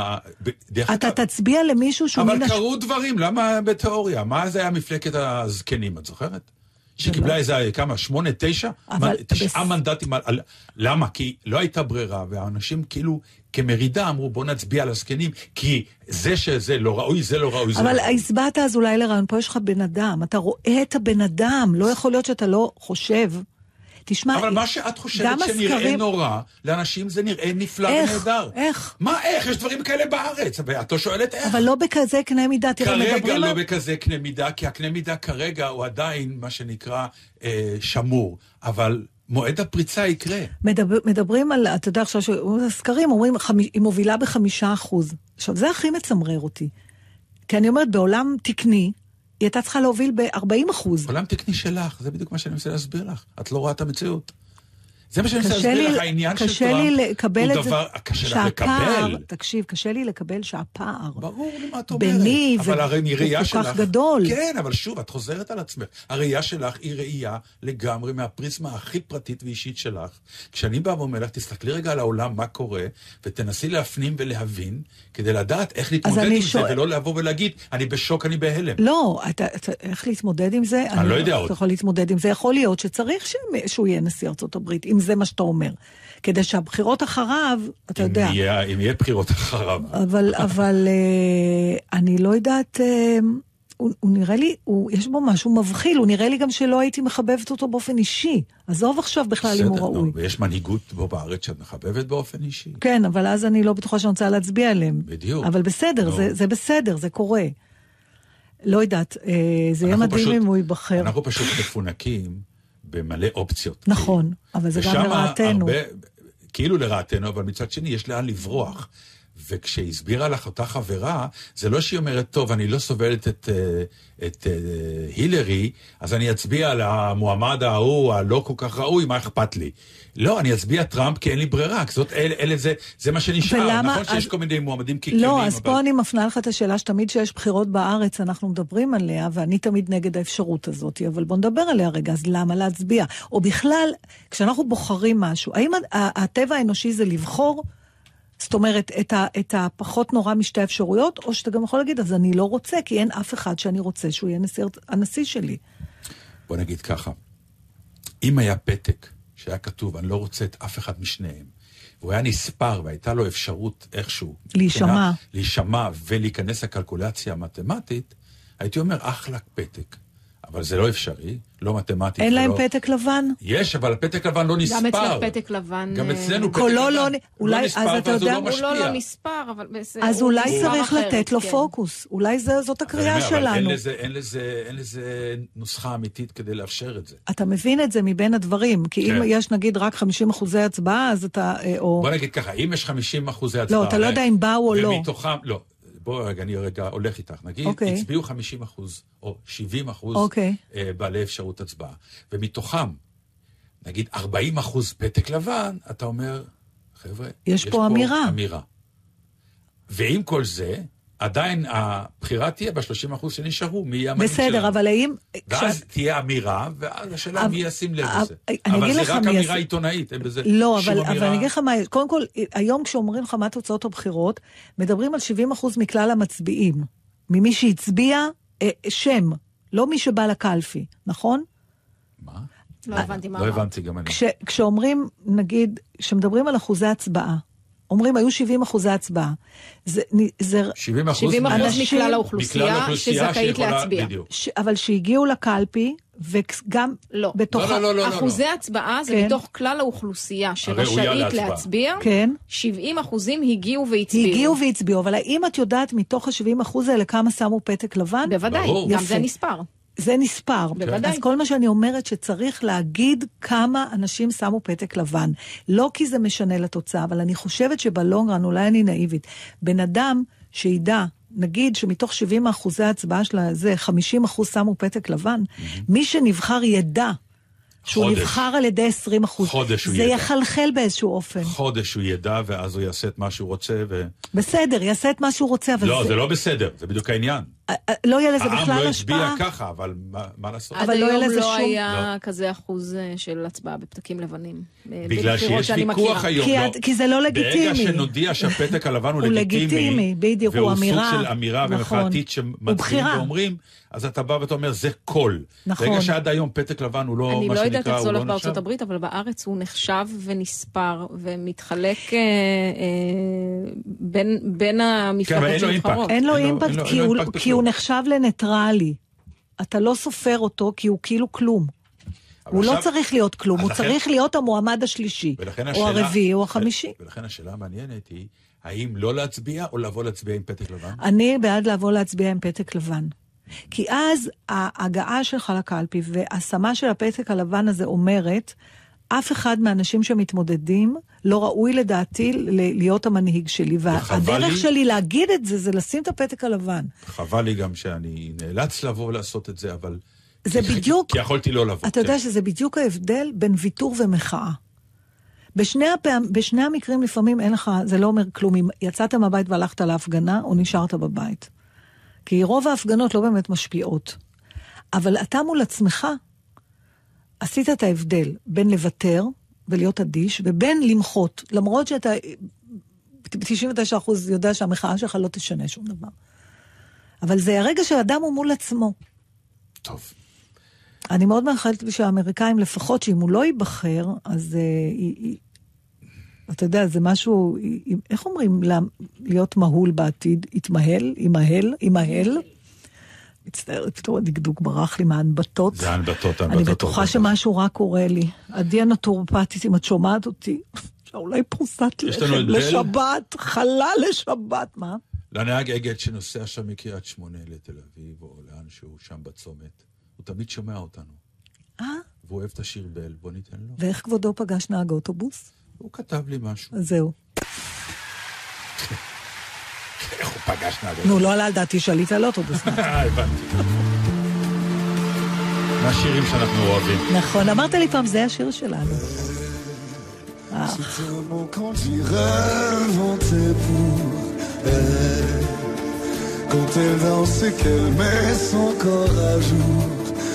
אתה תצביע למישהו שהוא... אבל קרו דברים, למה בתיאוריה? מה זה היה מפלגת הזקנים, את זוכרת? שקיבלה איזה כמה, 8, 9? 9 מנדטים. למה? כי לא הייתה ברירה, והאנשים כאילו כמרידה אמרו בוא נצביע לזקנים, כי זה שזה לא ראוי, זה לא ראוי. אבל הסבעת אז אולי לרעיון, פה יש לך בן אדם, אתה רואה את הבן אדם, לא יכול להיות שאתה לא חושב. תשמע, אבל מה שאת חושבת שנראה נורא, לאנשים זה נראה נפלא ונהדר. איך? מה איך? יש דברים כאלה בארץ, ואת לא שואלת איך. אבל לא בכזה קנה מידה, כרגע לא בכזה קנה מידה, כי הקנה מידה כרגע הוא עדיין מה שנקרא שמור, אבל מועד הפריצה יקרה. מדברים על, אתה יודע עכשיו, הסקרים אומרים, היא מובילה ב5%. עכשיו, זה הכי מצמרר אותי. כי אני אומרת, בעולם תקני, היא הייתה צריכה להוביל ב40%. עולם תקני שלך, זה בדיוק מה שאני מנסה להסביר לך. את לא רואה את המציאות. זה מה שאני מנסה להסביר לך, העניין של טראמפ הוא דבר, קשה לך לקבל. תקשיב, קשה לי לקבל שהפער ברור למה את אומרת. ביני הוא כל כך גדול. כן, אבל שוב, את חוזרת על עצמך. הראייה שלך היא ראייה לגמרי מהפריזמה הכי פרטית ואישית שלך. כשאני בא ואומר לך, תסתכלי רגע על העולם, מה קורה, ותנסי להפנים ולהבין, כדי לדעת איך להתמודד עם זה, ולא לבוא ולהגיד, אני בשוק, אני בהלם. לא, איך להתמודד עם זה? אני לא יודע עוד. אתה יכול להתמודד עם זה. יכול להיות שצריך שהוא יהיה נשיא ארצות הברית, אם זה מה שאתה אומר. כדי שהבחירות אחריו, אתה יודע. אם יהיה בחירות אחריו. אבל אני לא יודעת, הוא נראה לי, יש בו משהו מבחיל, הוא נראה לי גם שלא הייתי מחבבת אותו באופן אישי. עזוב עכשיו בכלל אם הוא ראוי. ויש מנהיגות בו בארץ שאת מחבבת באופן אישי. כן, אבל אז אני לא בטוחה שאני רוצה להצביע עליהם. בדיוק. אבל בסדר, זה בסדר, זה קורה. לא יודעת, זה יהיה מדהים אם הוא ייבחר. אנחנו פשוט מפונקים במלא אופציות. נכון, אבל זה גם לרעתנו. כאילו לרעתנו, אבל מצד שני יש לאן לברוח. וכשהסבירה לך אותה חברה, זה לא שהיא אומרת, טוב, אני לא סובלת את הילרי, אז אני אצביע על המועמד ההוא, הלא כל כך ראוי, מה אכפת לי? לא, אני אצביע טראמפ כי אין לי ברירה, כי זה מה שנשאר. נכון שיש כל מיני מועמדים קיקיונים. לא, אז פה אני מפנה לך את השאלה שתמיד שיש בחירות בארץ, אנחנו מדברים עליה, ואני תמיד נגד האפשרות הזאת, אבל בוא נדבר עליה רגע, אז למה להצביע? או בכלל, כשאנחנו בוחרים משהו, האם הטבע האנושי זה לבחור? זאת אומרת, את הפחות נורא משתי אפשרויות, או שאתה גם יכול להגיד, אז אני לא רוצה, כי אין אף אחד שאני רוצה שהוא יהיה הנשיא שלי. בוא נגיד ככה, אם היה פתק שהיה כתוב, אני לא רוצה את אף אחד משניהם, והוא היה נספר והייתה לו אפשרות איכשהו להישמע ולהיכנס לקלקולציה המתמטית, הייתי אומר, אחלה פתק. אבל זה לא אפשרי, לא מתמטית. אין להם פתק לבן? יש, אבל הפתק לבן לא נספר. גם אצלך פתק לבן. גם אצלנו פתק לבן לא נספר, ואז הוא לא משפיע. הוא לא נספר, אבל... אז אולי צריך לתת לו פוקוס. אולי זאת הקריאה שלנו. אבל אין לזה נוסחה אמיתית כדי לאפשר את זה. אתה מבין את זה מבין הדברים, כי אם יש נגיד רק 50% הצבעה, אז אתה... בוא נגיד ככה, אם יש 50% הצבעה... לא, אתה לא יודע אם באו או לא. ומתוכם, לא. בואו רגע, אני רגע הולך איתך. נגיד, הצביעו 50% או 70% בעלי אפשרות הצבעה. ומתוכם, נגיד 40% פתק לבן, אתה אומר, חבר'ה, יש פה אמירה. ועם כל זה, עדיין הבחירה תהיה ב-30% שנשארו, מי יהיה המנהיג שלנו. בסדר, אבל האם... ואז תהיה אמירה, ואז השאלה מי ישים לב לזה. אבל זה רק אמירה עיתונאית, אין בזה שום אמירה. לא, אבל אני אגיד לך מה, קודם כל, היום כשאומרים לך מה תוצאות הבחירות, מדברים על 70% מכלל המצביעים. ממי שהצביע שם, לא מי שבא לקלפי, נכון? מה? לא הבנתי מה. לא הבנתי גם אני. כשאומרים, נגיד, כשמדברים על אחוזי הצבעה, אומרים, היו 70% הצבעה. 70% מכלל האוכלוסייה שזכאית להצביע. אבל שהגיעו לקלפי, וגם בתוך... לא. אחוזי הצבעה זה מתוך כלל האוכלוסייה שרשאית להצביע. 70% הגיעו והצביעו. הגיעו והצביעו, אבל האם את יודעת מתוך ה-70% האלה כמה שמו פתק לבן? בוודאי, גם זה נספר. זה נספר. בוודאי. אז כל מה שאני אומרת שצריך להגיד כמה אנשים שמו פתק לבן. לא כי זה משנה לתוצאה, אבל אני חושבת שבלונגרן, אולי אני נאיבית, בן אדם שידע, נגיד שמתוך 70% ההצבעה שלה זה 50% שמו פתק לבן, מי שנבחר ידע שהוא נבחר על ידי 20%. חודש הוא ידע. זה יחלחל באיזשהו אופן. חודש הוא ידע, ואז הוא יעשה את מה שהוא רוצה. בסדר, יעשה את מה שהוא רוצה. אבל לא, זה לא בסדר, זה בדיוק העניין. לא יהיה לזה בכלל השפעה. העם לא הצביע ככה, אבל מה לעשות? עד היום לא היה כזה אחוז של הצבעה בפתקים לבנים. בגלל שיש ויכוח היום. כי זה לא לגיטימי. ברגע שנודיע שהפתק הלבן הוא לגיטימי, בדיוק, הוא אמירה. והוא סוג של אמירה ומחאתית שמצביעים ואומרים, אז אתה בא ואתה אומר, זה קול. נכון. ברגע שעד היום פתק לבן הוא לא, מה שנקרא, הוא לא נחשב. אני לא יודעת איך זה הולך בארצות הברית, אבל בארץ הוא נחשב ונספר, ומתחלק בין המפלגות שנבחרות. אין לו אימפקט, כי הוא נחשב לניטרלי. אתה לא סופר אותו, כי הוא כאילו כלום. הוא לא צריך להיות כלום, הוא צריך להיות המועמד השלישי, או הרביעי, או החמישי. ולכן השאלה המעניינת היא, האם לא להצביע, או לבוא להצביע עם פתק לבן? אני בעד לבוא להצביע עם פתק לבן. כי אז ההגעה שלך לקלפי והשמה של הפתק הלבן הזה אומרת, אף אחד מהאנשים שמתמודדים לא ראוי לדעתי להיות המנהיג שלי, והדרך שלי להגיד את זה, זה לשים את הפתק הלבן. חבל לי גם שאני נאלץ לבוא ולעשות את זה, אבל... זה בדיוק... כי יכולתי לא לבוא. אתה יודע שזה בדיוק ההבדל בין ויתור ומחאה. בשני המקרים לפעמים אין לך, זה לא אומר כלום, אם יצאת מהבית והלכת להפגנה, או נשארת בבית. כי רוב ההפגנות לא באמת משפיעות. אבל אתה מול עצמך, עשית את ההבדל בין לוותר ולהיות אדיש, ובין למחות, למרות שאתה 99% יודע שהמחאה שלך לא תשנה שום דבר. אבל זה הרגע שהאדם הוא מול עצמו. טוב. אני מאוד מאחלת שהאמריקאים, לפחות שאם הוא לא ייבחר, אז אתה יודע, זה משהו, איך אומרים, להיות מהול בעתיד, יתמהל, ימהל. מצטערת, פתאום הדקדוק ברח לי מההנבטות. זה ההנבטות. אני בטוחה שמשהו רק קורה לי. עדי הנטורפטית, אם את שומעת אותי, שאולי פרוסת לחם לשבת, חלה לשבת, מה? לנהג אגד שנוסע שם מקריית שמונה לתל אביב, או לאן שהוא שם בצומת, הוא תמיד שומע אותנו. והוא אוהב את השיר בל, בוא ניתן לו. ואיך כבודו פגש נהג אוטובוס? הוא כתב לי משהו. זהו. איך הוא פגש נהג אוטובוס? נו, לא עלה על דעתי שעלית על אוטובוס. הבנתי. מהשירים שאנחנו אוהבים. נכון, אמרת לי פעם, זה השיר שלנו. Quand elle danse et qu'elle met son corps à jour,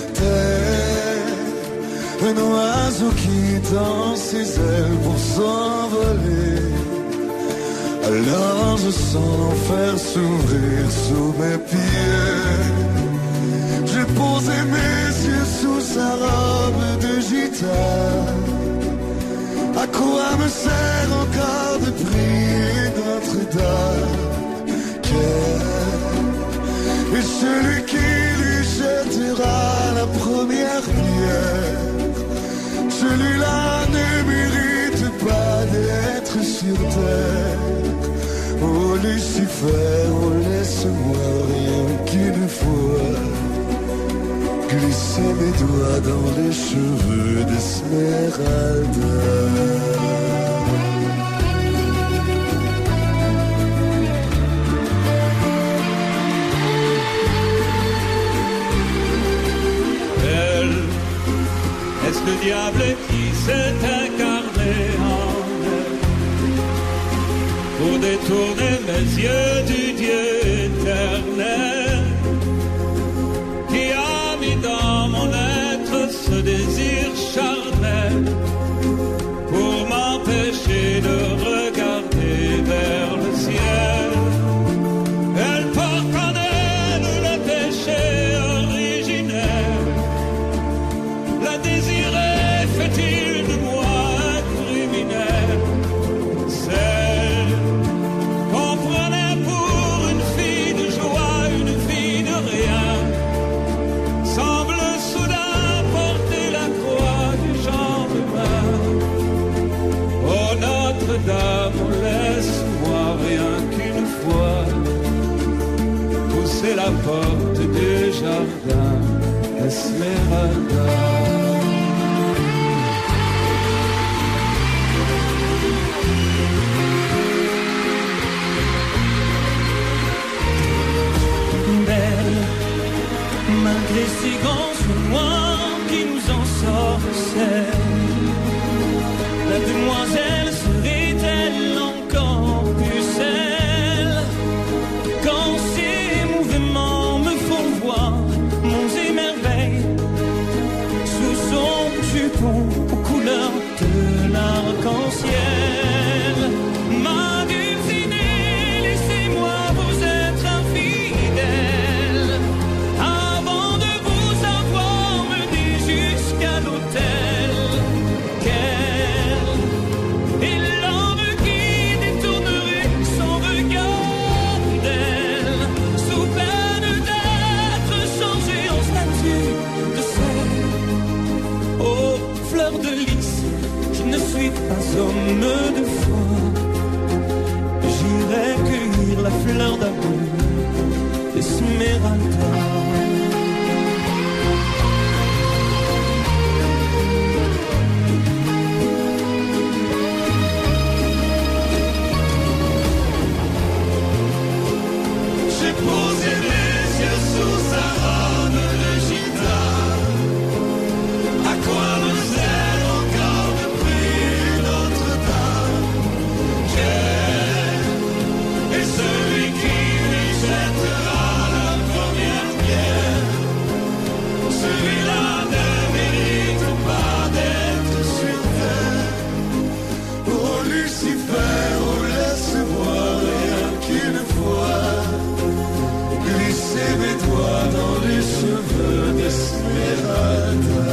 un oiseau qui tend ses ailes pour s'envoler. Alors je sens l'enfer s'ouvrir sous mes pieds. J'ai posé mes yeux sous sa robe de gitane. À quoi me sert encore de prier Notre-Dame? Et celui qui lui jettera la première pierre, celui-là ne mérite pas d'être sur terre. Oh Lucifer, oh laisse-moi rien qu'une fois glisser mes doigts dans les cheveux d'Esmeralda. Est-ce le diable qui s'est incarné en elle pour détourner mes yeux du Dieu éternel qui a mis dans mon être ce désir charnel pour m'empêcher de regarder vers le ciel? Elle porte en elle le péché originel. La désirer fait-il de moi un criminel? Celle qu'on prenait pour une fille de joie, une fille de rien, semble soudain porter la croix du gendarme. Oh Notre-Dame, laisse-moi rien qu'une fois pousser la porte du jardin Esmeralda. Malgré ces grands sous noirs qui nous ensorcellent, la demoiselle serait-elle encore plus celle? Quand ces mouvements me font voir monts et merveilles sous son jupon aux couleurs de l'arc-en-ciel. Ma destinée, laissez-moi vous être infidèle. Avant de vous avoir mené jusqu'à l'autel, quelle est l'âme qui détournerait son regard d'elle, sous peine d'être changée en statue de sel? Oh, fleur de lys, je ne suis pas homme de foi. J'irai cueillir la fleur d'amour d'Esmeralda. J'ai posé mes yeux sous sa robe de gitane. À quoi me sert encore de prier Notre-Dame? Et celui qui lui jettera la première pierre, celui-là ne mérite pas d'être sur terre. Oh Lucifer, oh laisse-moi rien qu'une fois glisser mes doigts dans les cheveux d'Esmeralda.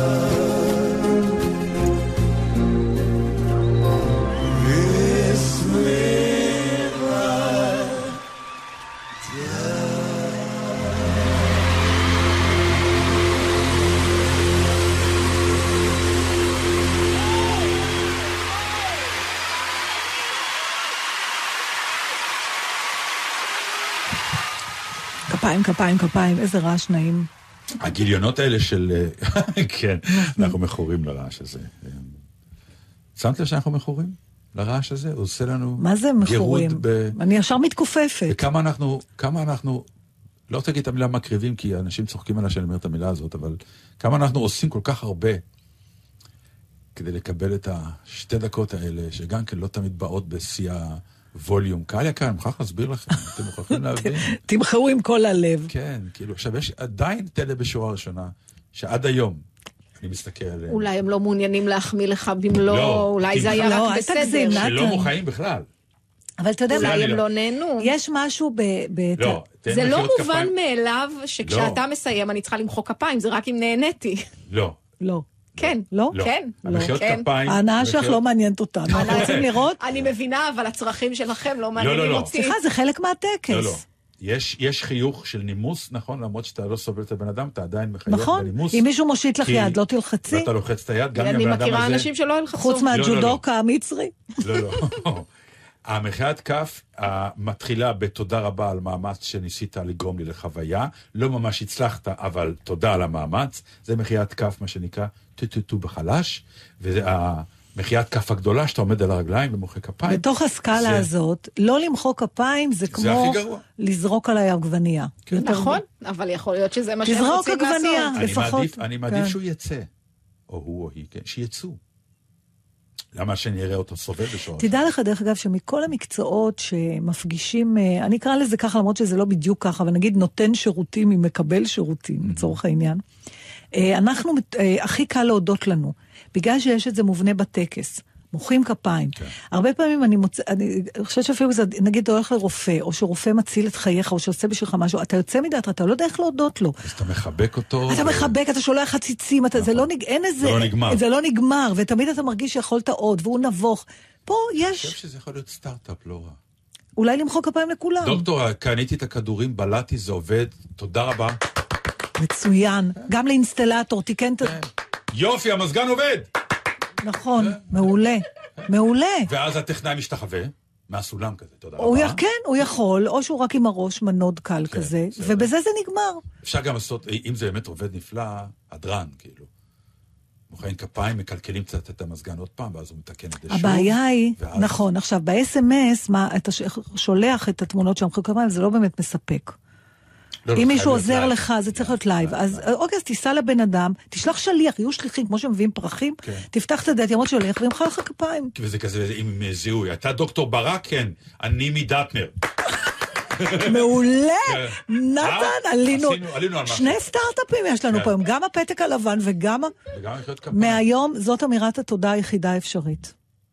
כפיים, כפיים, כפיים, איזה רעש נעים. הגיליונות האלה של... כן, אנחנו מכורים לרעש הזה. שמת לב שאנחנו מכורים לרעש הזה? הוא עושה לנו... מה זה מכורים? אני ישר מתכופפת. וכמה אנחנו... לא תגיד את המילה מקריבים, כי אנשים צוחקים עליה שאני אומר את המילה הזאת, אבל כמה אנחנו עושים כל כך הרבה כדי לקבל את השתי דקות האלה, שגם כן לא תמיד באות בשיא ווליום. קהל יקר, אני מוכרח להסביר לכם, אתם מוכרחים להבין. תמחרו עם כל הלב. כן, כאילו, עכשיו יש עדיין תלה בשורה ראשונה, שעד היום אני מסתכל עליהם. אולי הם לא מעוניינים להחמיא לך במלוא, אולי זה היה רק בסדר. שלא מוחאים בכלל. אבל אתה יודע, אולי הם לא נהנו. יש משהו לא. זה לא מובן מאליו שכשאתה מסיים אני צריכה למחוא כפיים, זה רק אם נהניתי. לא. לא. כן. לא? כן. המחיאות כפיים. ההנאה שלך לא מעניינת אותנו. אנחנו רוצים לראות? אני מבינה, אבל הצרכים שלכם לא מעניינים אותי. סליחה, זה חלק מהטקס. לא. יש חיוך של נימוס, נכון? למרות שאתה לא סובל את הבן אדם, אתה עדיין מחייך בנימוס. אם מישהו מושיט לך יד, לא תלחצי. ואתה לוחץ את היד, גם אני מכירה אנשים שלא ילחצו. חוץ מהג'ודוקה המצרי. לא. המחיית כף מתחילה בתודה רבה על מאמץ שניסית לגרום לי לחוויה. לא ממש הצלחת, אבל תודה על המאמץ. זה מחיית כף, מה שנקרא, טו בחלש. וזה מחיית כף הגדולה, שאתה עומד על הרגליים ומוחא כפיים. בתוך הסקאלה הזאת, לא למחוא כפיים, זה כמו לזרוק עליי עגבניה. נכון, אבל יכול להיות שזה מה שהם רוצים לעשות. לזרוק עגבניה, לפחות. אני מעדיף שהוא יצא. או הוא או היא, שיצאו. למה שאני אראה אותו סובל בשורש? תדע לך, דרך אגב, שמכל המקצועות שמפגישים, אני אקרא לזה ככה, למרות שזה לא בדיוק ככה, אבל נגיד נותן שירותים עם מקבל שירותים, לצורך העניין. אנחנו, הכי קל להודות לנו, בגלל שיש את זה מובנה בטקס. מוחאים כפיים. הרבה פעמים אני חושבת שאפילו זה, נגיד, אתה הולך לרופא, או שרופא מציל את חייך, או שעושה בשבילך משהו, אתה יוצא מדעתך, אתה לא יודע איך להודות לו. אז אתה מחבק אותו. אתה מחבק, אתה שולח חציצים, זה לא נגמר. זה לא נגמר, ותמיד אתה מרגיש שיכולת עוד, והוא נבוך. פה יש... אני חושב שזה יכול להיות סטארט-אפ, לא רע. אולי למחוא כפיים לכולם. דוקטור, קניתי את הכדורים, בלעתי, זה עובד. תודה רבה. מצוין. גם לאינסטלטור, תיקן את... יופי, המזגן עובד! נכון, מעולה, מעולה. ואז הטכנאי משתחווה, מהסולם כזה, תודה רבה. כן, הוא יכול, או שהוא רק עם הראש מנוד קל כזה, ובזה זה נגמר. אפשר גם לעשות, אם זה באמת עובד נפלא, הדרן, כאילו. מוחאים כפיים, מקלקלים קצת את המזגן עוד פעם, ואז הוא מתקן את זה שוב. הבעיה היא, נכון, עכשיו, ב-SMS, אתה שולח את התמונות של המחאים כפיים, זה לא באמת מספק. אם מישהו עוזר לך, זה צריך להיות לייב. אז אוקיי, אז תיסע לבן אדם, תשלח שליח, יהיו שליחים, כמו שמביאים פרחים, תפתח את הדלת, יעמוד שליח, וימחא לך כפיים. וזה כזה עם זיהוי. אתה דוקטור ברק? כן. אני מדטנר. מעולה! נתן, עלינו שני סטארט-אפים יש לנו פה היום, גם הפתק הלבן וגם מהיום, זאת אמירת התודה היחידה האפשרית.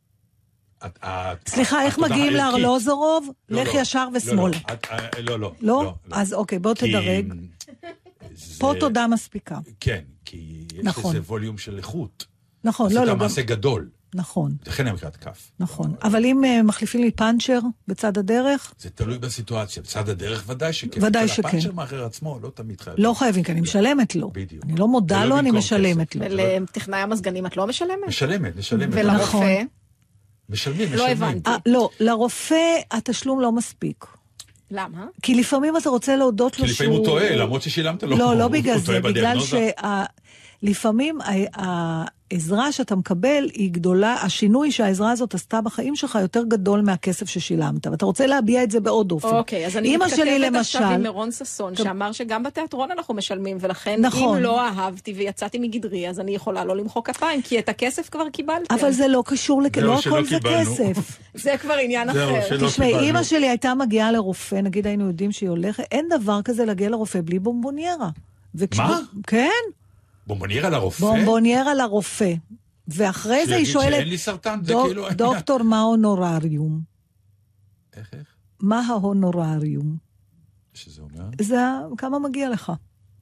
סליחה, איך מגיעים לארלוזורוב? לך ישר ושמאל. לא. לא? אז אוקיי, בוא תדרג. פה תודה מספיקה. כן, כי יש לזה ווליום של איכות. נכון, לא. זה מעשה גדול. נכון. לכן הם מקראת כף. נכון. אבל אם מחליפים לי פאנצ'ר בצד הדרך... זה תלוי בסיטואציה. בצד הדרך ודאי שכן. ודאי שכן. הפאנצ'ר מאחר עצמו לא תמיד חייב. לא חייבים, כי אני משלמת לו. בדיוק. אני לא מודה לו, אני משלמת לו. ולטכנאי המזגנים את לא משלמת? משלמת. ולרופא? משלמים. לא הבנתי. לא, לרופא התשלום לא מספיק. למה? כי לפעמים אתה רוצה להודות לו שהוא... כי לפעמים הוא טועה, למרות ששילמת לו. לא בגלל זה, בגלל שלפעמים העזרה שאתה מקבל היא גדולה, השינוי שהעזרה הזאת עשתה בחיים שלך יותר גדול מהכסף ששילמת, ואתה רוצה להביע את זה בעוד אופן. אוקיי, אז אני מתכתבת עכשיו עם מרון ססון, שאמר שגם בתיאטרון אנחנו משלמים, ולכן אם לא אהבתי ויצאתי מגדרי, אז אני יכולה לא למחוא כפיים, כי את הכסף כבר קיבלתם. אבל זה לא קשור, לא הכל זה כסף. זה כבר עניין אחר. תשמעי, אמא שלי הייתה מגיעה לרופא, נגיד היינו יודעים שהיא הולכת, אין דבר כזה להגיע לרופא בלי בומבוניירה. מה? כן. בומבוניירה לרופא? בומבוניירה לרופא. ואחרי זה היא שואלת, שאין לי סרטן, זה כאילו... דוקטור, מה ההונורריום? איך? מה ההונורריום? שזה אומר? זה כמה מגיע לך.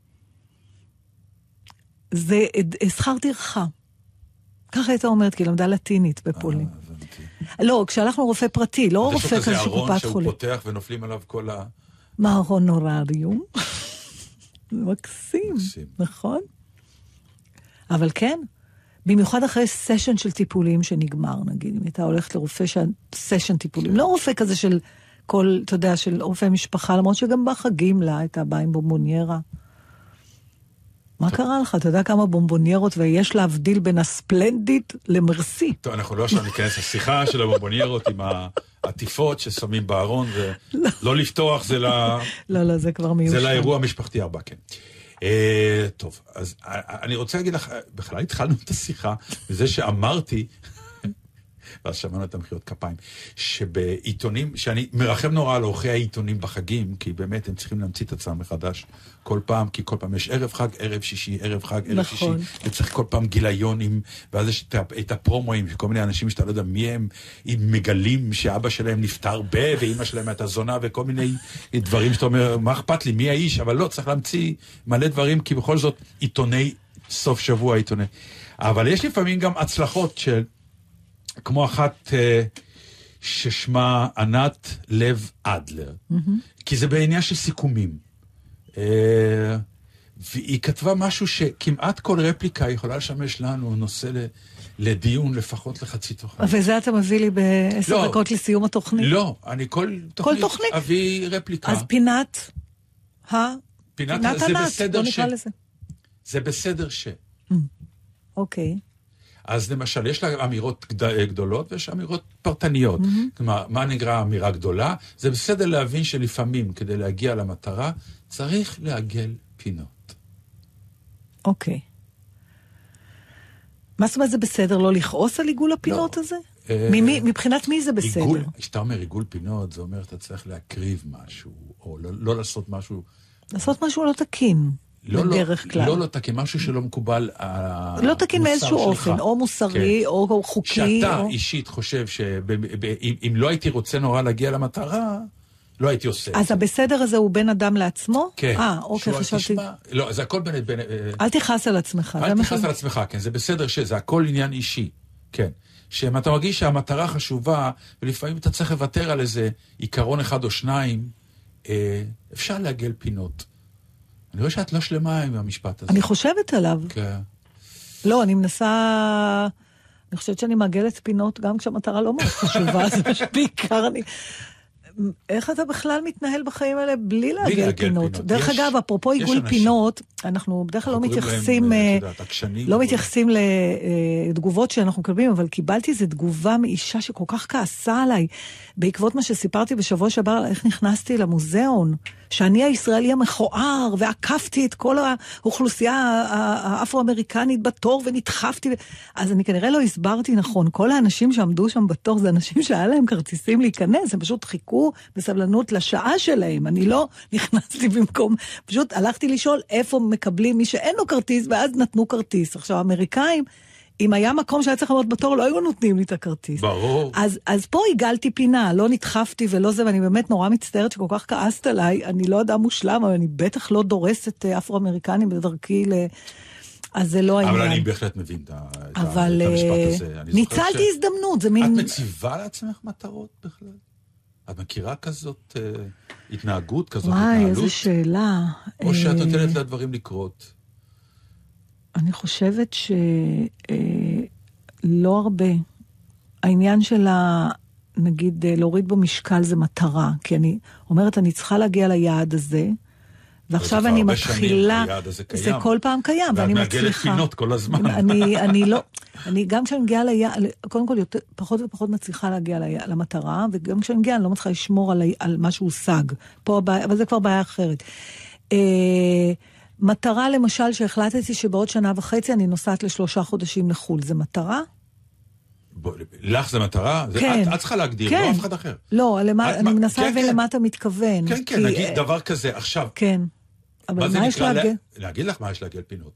זה שכר טרחה. ככה הייתה אומרת, כי למדה לטינית בפולין. לא, כשהלכנו רופא פרטי, לא רופא כזה של קופת חולים. שהוא פותח ונופלים עליו כל ה... מה ההונורריום? זה מקסים, נכון? אבל כן, במיוחד אחרי סשן של טיפולים שנגמר, נגיד, אם הייתה הולכת לרופא סשן טיפולים, לא רופא כזה של כל, אתה יודע, של רופא משפחה, למרות שגם בחגים לה הייתה באה עם בומבוניירה. מה קרה לך? אתה יודע כמה בומבוניירות, ויש להבדיל בין הספלנדית למרסי. טוב, אנחנו לא עכשיו ניכנס לשיחה של הבומבוניירות עם העטיפות ששמים בארון, ולא לפתוח, זה לא, זה כבר מיושן. זה לאירוע המשפחתי 4, כן. טוב, אז אני רוצה להגיד לך, בכלל התחלנו את השיחה, בזה שאמרתי, ואז שמענו את המחיאות כפיים, שבעיתונים, שאני מרחם נורא על עורכי העיתונים בחגים, כי באמת הם צריכים להמציא את עצמם מחדש כל פעם, כי כל פעם יש ערב חג, ערב שישי, ערב חג, ערב שישי, וצריך כל פעם גיליונים, ואז יש את הפרומואים, שכל מיני אנשים שאתה לא יודע מי הם, מגלים שאבא שלהם נפטר ואמא שלהם הייתה זונה, וכל מיני דברים שאתה אומר, מה אכפת לי, מי האיש, אבל לא, צריך להמציא מלא דברים, כי בכל זאת עיתוני סוף שבוע עיתונאי. אבל יש לפעמים גם הצלחות של, כמו אחת ששמה ענת לב אדלר, כי זה בעניין של סיכומים. והיא כתבה משהו שכמעט כל רפליקה יכולה לשמש לנו נושא לדיון לפחות לחצי תוכנית. וזה אתה מביא לי ב10 דקות לסיום התוכנית? לא, אני כל תוכנית אביא רפליקה. אז פינת ענת, זה בסדר ש... זה בסדר ש... אוקיי. אז למשל, יש לה אמירות גדולות ויש אמירות פרטניות. כלומר, מה נקרא אמירה גדולה? זה בסדר להבין שלפעמים, כדי להגיע למטרה, צריך לעגל פינות. אוקיי. מה זאת אומרת זה בסדר? לא לכעוס על עיגול הפינות הזה? מבחינת מי זה בסדר? כשאתה אומר עיגול פינות, זה אומר אתה צריך להקריב משהו, או לא לעשות משהו... לעשות משהו לא תקין. בדרך כלל. לא תקין, משהו שלא מקובל לא תקין מאיזשהו אופן, או מוסרי, או חוקי. שאתה אישית חושב שאם לא הייתי רוצה נורא להגיע למטרה, לא הייתי עושה. אז הבסדר הזה הוא בין אדם לעצמו? כן. אוקיי, חשבתי. לא, זה הכל בין... אל תכעס על עצמך. אל תכעס על עצמך, כן, זה בסדר שזה הכל עניין אישי, כן. שאם אתה מרגיש שהמטרה חשובה, ולפעמים אתה צריך לוותר על איזה עיקרון אחד או שניים, אפשר לעגל פינות. אני רואה שאת לא שלמה עם המשפט הזה. אני חושבת עליו. כן. לא, אני מנסה... אני חושבת שאני מעגלת פינות גם כשהמטרה לא מאוד חשובה, זה בעיקר אני... איך אתה בכלל מתנהל בחיים האלה בלי לעגל פינות? דרך אגב, אפרופו עיגול פינות, אנחנו בדרך כלל לא מתייחסים לתגובות שאנחנו מקבלים, אבל קיבלתי איזו תגובה מאישה שכל כך כעסה עליי, בעקבות מה שסיפרתי בשבוע שעבר, איך נכנסתי למוזיאון, שאני הישראלי המכוער, ועקפתי את כל האוכלוסייה האפרו-אמריקנית בתור, ונדחפתי, אז אני כנראה לא הסברתי נכון, כל האנשים שעמדו שם בתור, זה אנשים שהיה להם כרטיסים להיכנס, הם פשוט חיכו בסבלנות לשעה שלהם, אני לא נכנסתי במקום, פשוט הלכתי לשאול איפה מקבלים מי שאין לו כרטיס, ואז נתנו כרטיס. עכשיו, האמריקאים, אם היה מקום שהיה צריך לעמוד בתור, לא היו נותנים לי את הכרטיס. ברור. אז פה הגלתי פינה, לא נדחפתי ולא זה, ואני באמת נורא מצטערת שכל כך כעסת עליי, אני לא אדם מושלם, אבל אני בטח לא דורסת אפרו-אמריקנים בדרכי אז זה לא העניין. אבל אני בהחלט מבין את המשפט הזה. ניצלתי הזדמנות, זה מין... את מציבה לעצמך מטרות בכלל? את מכירה כזאת התנהגות, כזאת התנהלות? וואי, איזו שאלה. או שאת נותנת לדברים לקרות? אני חושבת שלא הרבה. העניין של נגיד, להוריד במשקל זה מטרה, כי אני אומרת, אני צריכה להגיע ליעד הזה, ועכשיו אני מתחילה, זה כל פעם קיים, ואני מצליחה. ואת מעגלת פינות כל הזמן. אני לא, גם כשאני מגיעה ליעד, קודם כל פחות ופחות מצליחה להגיע למטרה, וגם כשאני מגיעה אני לא מצליחה לשמור על מה שהושג. אבל זה כבר בעיה אחרת. מטרה למשל שהחלטתי שבעוד 1.5 שנה אני נוסעת ל3 חודשים לחול, זה מטרה? לך זה מטרה? כן. את צריכה להגדיר, לא אף אחד אחר. לא, אני מנסה להבין למה אתה מתכוון. כן, כן, נגיד דבר כזה עכשיו. כן. אבל מה יש להגל? להגיד לך מה יש להגל פינות.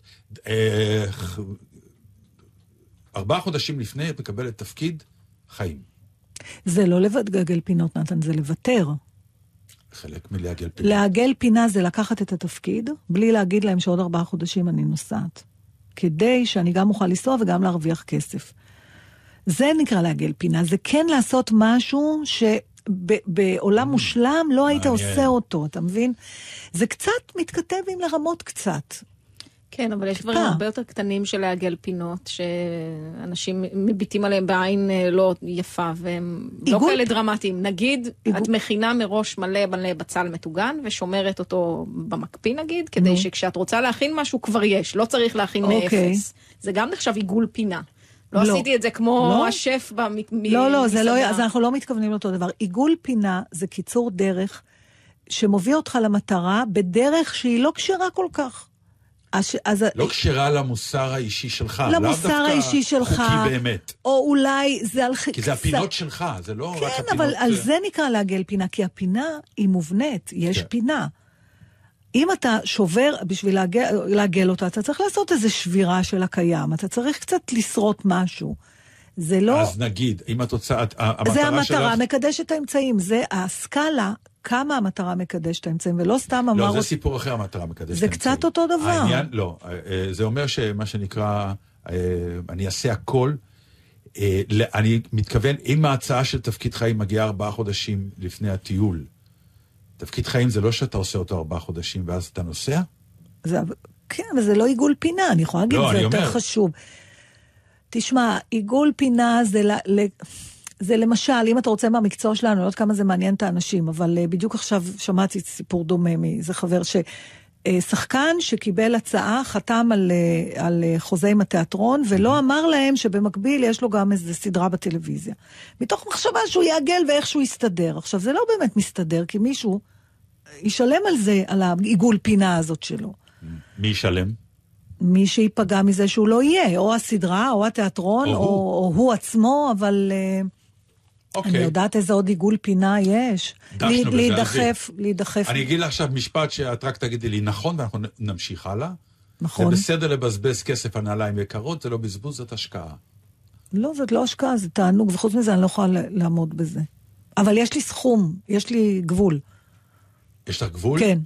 4 חודשים לפני את מקבלת תפקיד חיים. זה לא לגל פינות, נתן, זה לוותר. חלק מלהגל פינה. להגל פינה זה לקחת את התפקיד, בלי להגיד להם שעוד 4 חודשים אני נוסעת. כדי שאני גם אוכל לנסוע וגם להרוויח כסף. זה נקרא להגל פינה. זה כן לעשות משהו שבעולם מושלם לא היית עושה אותו, אתה מבין? זה קצת מתכתב עם לרמות קצת. כן, אבל יש דברים הרבה יותר קטנים של להגל פינות, שאנשים מביטים עליהם בעין לא יפה, והם לא כאלה דרמטיים. נגיד, את מכינה מראש מלא בצל מטוגן, ושומרת אותו במקפיא נגיד, כדי שכשאת רוצה להכין משהו כבר יש, לא צריך להכין מאפס. זה גם נחשב עיגול פינה. לא עשיתי את זה כמו השף במסעדה. לא, אז אנחנו לא מתכוונים לאותו דבר. עיגול פינה זה קיצור דרך, שמוביל אותך למטרה, בדרך שהיא לא קשרה כל כך. לא קשרה למוסר האישי שלך, למוסר האישי שלך, חוקי באמת. או אולי זה על כי זה הפינות שלך, זה לא רק הפינות. כן, אבל על זה נקרא להגל פינה, כי הפינה היא מובנית, יש פינה. אם אתה שובר, בשביל להגל אותה, אתה צריך לעשות איזו שבירה של הקיים, אתה צריך קצת לשרוט משהו. זה לא... אז נגיד, אם את רוצה, זה המטרה, מקדש את האמצעים, זה הסקאלה, כמה המטרה מקדשת האמצעים, ולא סתם אמר... לא, זה סיפור אחר, המטרה מקדשת האמצעים. זה קצת אותו דבר. העניין, לא, זה אומר שמה שנקרא, אני אעשה הכל, אני מתכוון, אם ההצעה של תפקיד חיים מגיעה 4 חודשים לפני הטיול, תפקיד חיים זה לא שאתה עושה אותו 4 חודשים ואז אתה נוסע? כן, אבל זה לא עיגול פינה, אני יכולה להגיד, זה יותר חשוב. תשמע, עיגול פינה זה למשל, אם אתה רוצה מהמקצוע שלנו, אני לא יודעת כמה זה מעניין את האנשים, אבל בדיוק עכשיו שמעתי סיפור דומה מאיזה חבר ששחקן שקיבל הצעה, חתם על חוזה עם התיאטרון, ולא אמר להם שבמקביל יש לו גם איזו סדרה בטלוויזיה. מתוך מחשבה שהוא יעגל ואיך שהוא יסתדר. עכשיו, זה לא באמת מסתדר, כי מישהו ישלם על זה, על העיגול פינה הזאת שלו. מי ישלם? מי שיפגע מזה שהוא לא יהיה, או הסדרה, או התיאטרון, או הוא עצמו, אבל אני יודעת איזה עוד עיגול פינה יש. להידחף. אני אגיד לך עכשיו משפט שאת רק תגידי לי נכון, ואנחנו נמשיך הלאה. נכון. זה בסדר לבזבז כסף על נעליים יקרות, זה לא בזבוז, זאת השקעה. לא, זאת לא השקעה, זה תענוג, וחוץ מזה אני לא יכולה לעמוד בזה. אבל יש לי סכום, יש לי גבול. יש לך גבול? כן.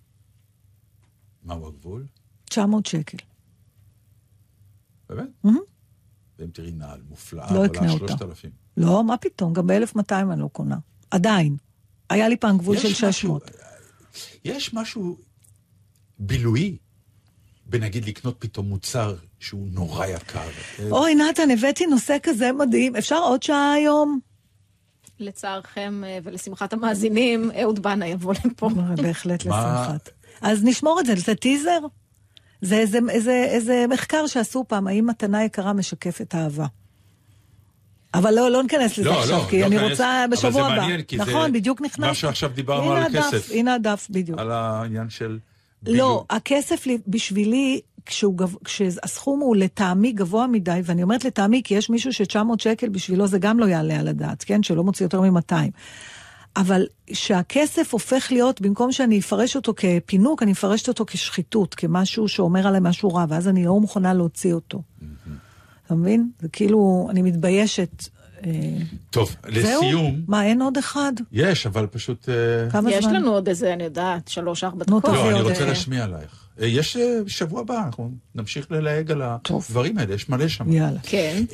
מהו הגבול? 900 שקל. באמת? ואם תראי נעל מופלאה, לא אקנה אותה. 3,000. לא, מה פתאום? גם ב-1,200 אני לא קונה. עדיין. היה לי פעם גבול של 600. יש משהו בילוי, בנגיד לקנות פתאום מוצר שהוא נורא יקר. אוי, נתן, הבאתי נושא כזה מדהים. אפשר עוד שעה היום? לצערכם ולשמחת המאזינים, אהוד בנה יבוא לפה. בהחלט לשמחת. אז נשמור את זה, זה טיזר? זה איזה מחקר שעשו פעם, האם מתנה יקרה משקפת אהבה. אבל לא ניכנס לזה עכשיו, כי אני רוצה בשבוע הבא. נכון, בדיוק נכנס. מה שעכשיו דיברנו על כסף. הנה הדף, בדיוק. על העניין של בילוי. לא, הכסף בשבילי, כשהסכום הוא לטעמי גבוה מדי, ואני אומרת לטעמי, כי יש מישהו ש900 שקל בשבילו, זה גם לא יעלה על הדעת, כן? שלא מוציא יותר מ200. אבל שהכסף הופך להיות, במקום שאני אפרש אותו כפינוק, אני אפרשת אותו כשחיתות, כמשהו שאומר עליי משהו רע, ואז אני לא מוכנה להוציא אותו. אתה מבין? זה כאילו, אני מתביישת. טוב, לסיום... מה, אין עוד אחד? יש, אבל פשוט... יש לנו עוד איזה, אני יודעת, 3-4 דקות. לא, אני רוצה להשמיע עלייך. יש שבוע הבא, אנחנו נמשיך ללהג על הדברים האלה, יש מלא שם. יאללה. כן.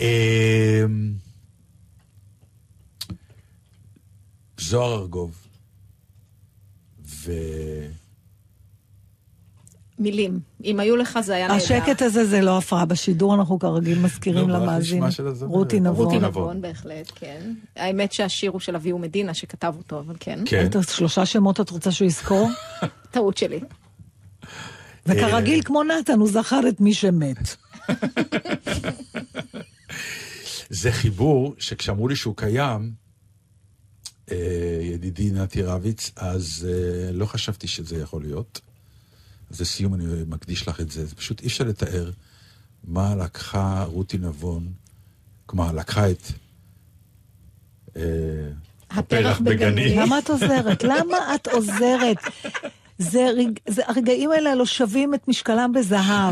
זוהר ארגוב מילים. אם היו לך זה היה נהדר. השקט הזה זה לא הפרעה בשידור, אנחנו כרגיל מזכירים למאזין. רותי נבון. רותי נבון, בהחלט, כן. האמת שהשיר הוא של אביהו מדינה שכתב אותו, אבל כן. כן. 3 שמות את רוצה שהוא יזכור? טעות שלי. וכרגיל כמו נתן, הוא זכר את מי שמת. זה חיבור שכשאמרו לי שהוא קיים, ידידי נתי רביץ, אז לא חשבתי שזה יכול להיות. אז לסיום אני מקדיש לך את זה. זה פשוט אי אפשר לתאר מה לקחה רותי נבון, כלומר, לקחה את הפרח בגני. למה את עוזרת? למה את עוזרת? הרגעים האלה לא שווים את משקלם בזהב.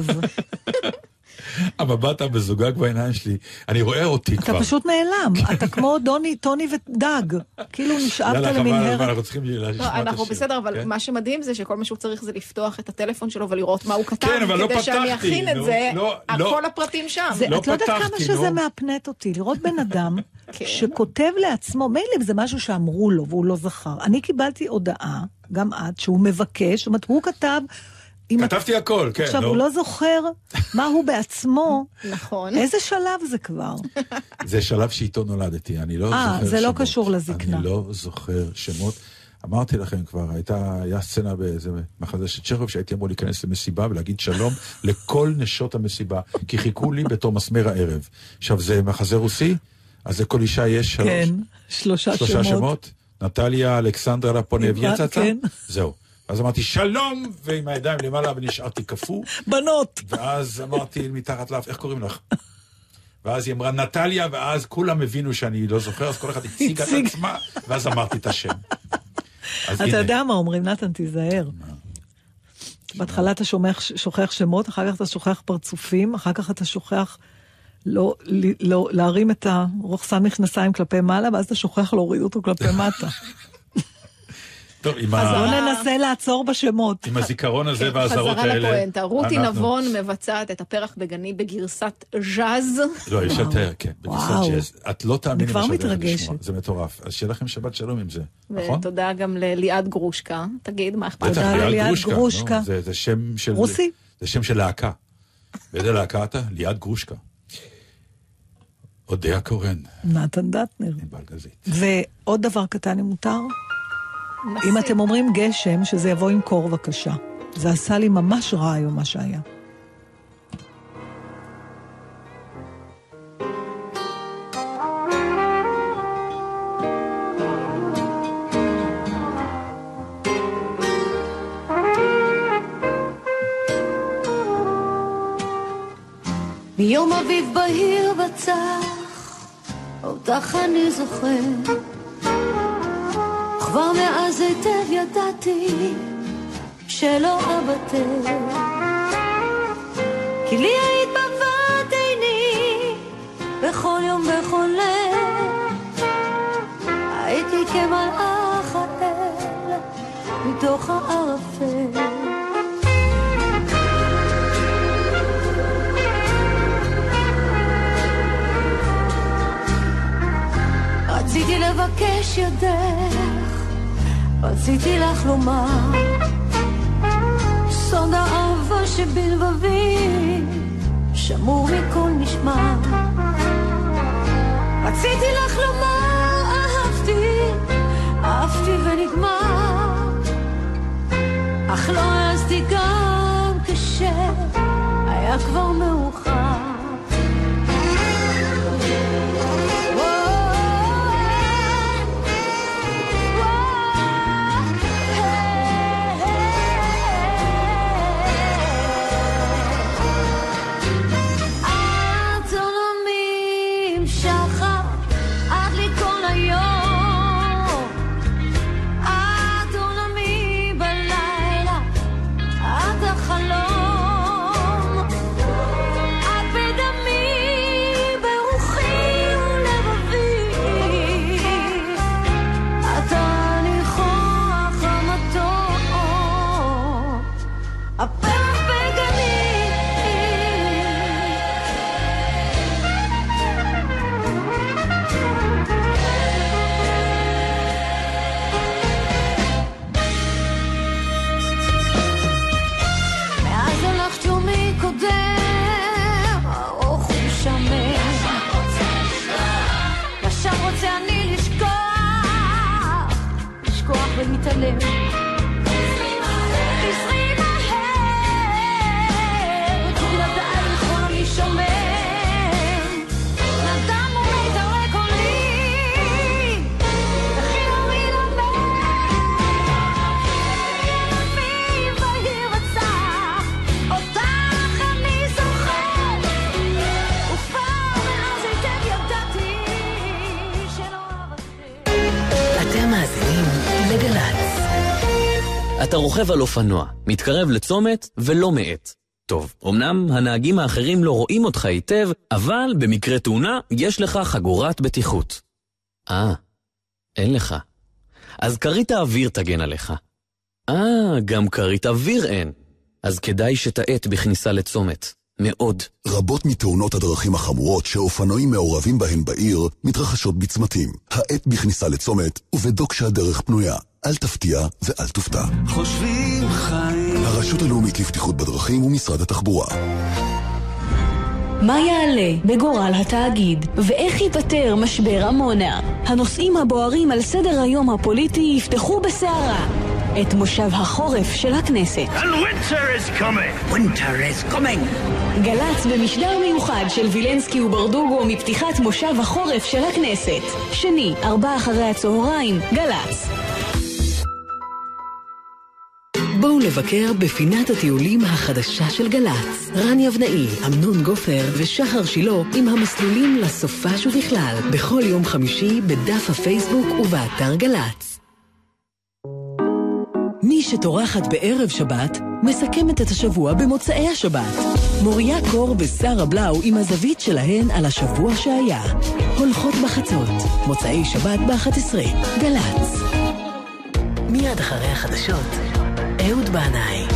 המבט המזוגג בעיניים שלי, אני רואה אותי כבר. אתה פשוט נעלם, אתה כמו טוני ודג, כאילו נשאבת למנהרת. אנחנו צריכים לשמוע את השיר. אנחנו בסדר, אבל מה שמדהים זה שכל מה שהוא צריך זה לפתוח את הטלפון שלו ולראות מה הוא כתב, כדי שאני אכין את זה, כל הפרטים שם. את לא יודעת כמה שזה מאפנט אותי, לראות בן אדם שכותב לעצמו, מילא זה משהו שאמרו לו והוא לא זכר. אני קיבלתי הודעה, גם עד, שהוא מבקש, זאת אומרת, הוא כתב, כתבתי הכל, כן. עכשיו, הוא לא זוכר מה הוא בעצמו. נכון. איזה שלב זה כבר? זה שלב שאיתו נולדתי, אני לא זוכר שמות. זה לא קשור לזקנה. אני לא זוכר שמות. אמרתי לכם כבר, היה סצנה באיזה מחזה של צ'כוב, שהייתי אמור להיכנס למסיבה ולהגיד שלום לכל נשות המסיבה, כי חיכו לי בתור מסמר הערב. עכשיו, זה מחזה רוסי, אז לכל אישה יש 3. כן, 3 שמות. נטליה, אלכסנדרה, לפונב, יצאת? כן. זהו. אז אמרתי שלום, ועם הידיים למעלה ונשארתי כפו. בנות. ואז אמרתי מתחת לאף, איך קוראים לך? ואז היא אמרה נטליה, ואז כולם הבינו שאני לא זוכר, אז כל אחד הציג את עצמה, ואז אמרתי את השם. אתה יודע מה אומרים, נתן, תיזהר. בהתחלה אתה שוכח שמות, אחר כך אתה שוכח פרצופים, אחר כך אתה שוכח להרים את הרוחסן מכנסיים כלפי מעלה, ואז אתה שוכח להוריד אותו כלפי מטה. בוא ננסה לעצור בשמות. עם הזיכרון הזה והזרות האלה. חזרה לפואנטה. רותי נבון מבצעת את הפרח בגני בגרסת ז'אז. לא, יש יותר, כן, בגרסת ז'אז. את לא תאמיני מה שאת לשמוע. זה מטורף. אז שיהיה לכם שבת שלום עם זה, נכון? ותודה גם לליעד גרושקה. תגיד, מה אכפת? תודה לליעד גרושקה. זה שם של... רוסי? זה שם של להקה. באיזה להקה אתה? ליעד גרושקה. אודיה קורן. נתן דטנר. ענבל גזית. ועוד דבר קטן אם מותר? אם אתם אומרים גשם, שזה יבוא עם קור בבקשה. זה עשה לי ממש רע היום מה שהיה. מיום אביב בהיר בצח, אותך אני זוכר, כבר מאז היטב ידעתי שלא אבטר, כי לי היית בבת עיני בכל יום בכל ליל, הייתי כמלאך האל מתוך הערפל. רציתי לבקש ידך, רציתי לך לומר, סוד האהבה שבלבבי שמור מכל נשמע. רציתי לך לומר, אהבתי ונגמר, אך לא העזתי גם כשהיה כבר מאוחר. ומתעלם אתה רוכב על אופנוע, מתקרב לצומת ולא מעט. טוב, אמנם הנהגים האחרים לא רואים אותך היטב, אבל במקרה תאונה יש לך חגורת בטיחות. אין לך. אז כרית האוויר תגן עליך. גם כרית אוויר אין. אז כדאי שתעט בכניסה לצומת. מאוד. רבות מתאונות הדרכים החמורות שאופנועים מעורבים בהן בעיר מתרחשות בצמתים. העט בכניסה לצומת ובדוק שהדרך פנויה. אל תפתיע ואל תופתע. חושבים חיים. הרשות הלאומית לבטיחות בדרכים ומשרד התחבורה. מה יעלה בגורל התאגיד ואיך ייפטר משבר עמונה? הנושאים הבוערים על סדר היום הפוליטי יפתחו בסערה את מושב החורף של הכנסת. And winter is coming. Winter is coming. גלץ במשדר מיוחד של וילנסקי וברדוגו מפתיחת מושב החורף של הכנסת. שני, 16:00, גלץ. בואו לבקר בפינת הטיולים החדשה של גלץ. רן יבנאי, אמנון גופר ושחר שילה עם המסלולים לסופש ובכלל. בכל יום חמישי בדף הפייסבוק ובאתר גלץ. מי שטורחת בערב שבת, מסכמת את השבוע במוצאי השבת. מוריה קור ושרה בלאו עם הזווית שלהן על השבוע שהיה. הולכות בחצות, מוצאי שבת ב-11, גלץ. מיד אחרי החדשות, אהוד בנאי.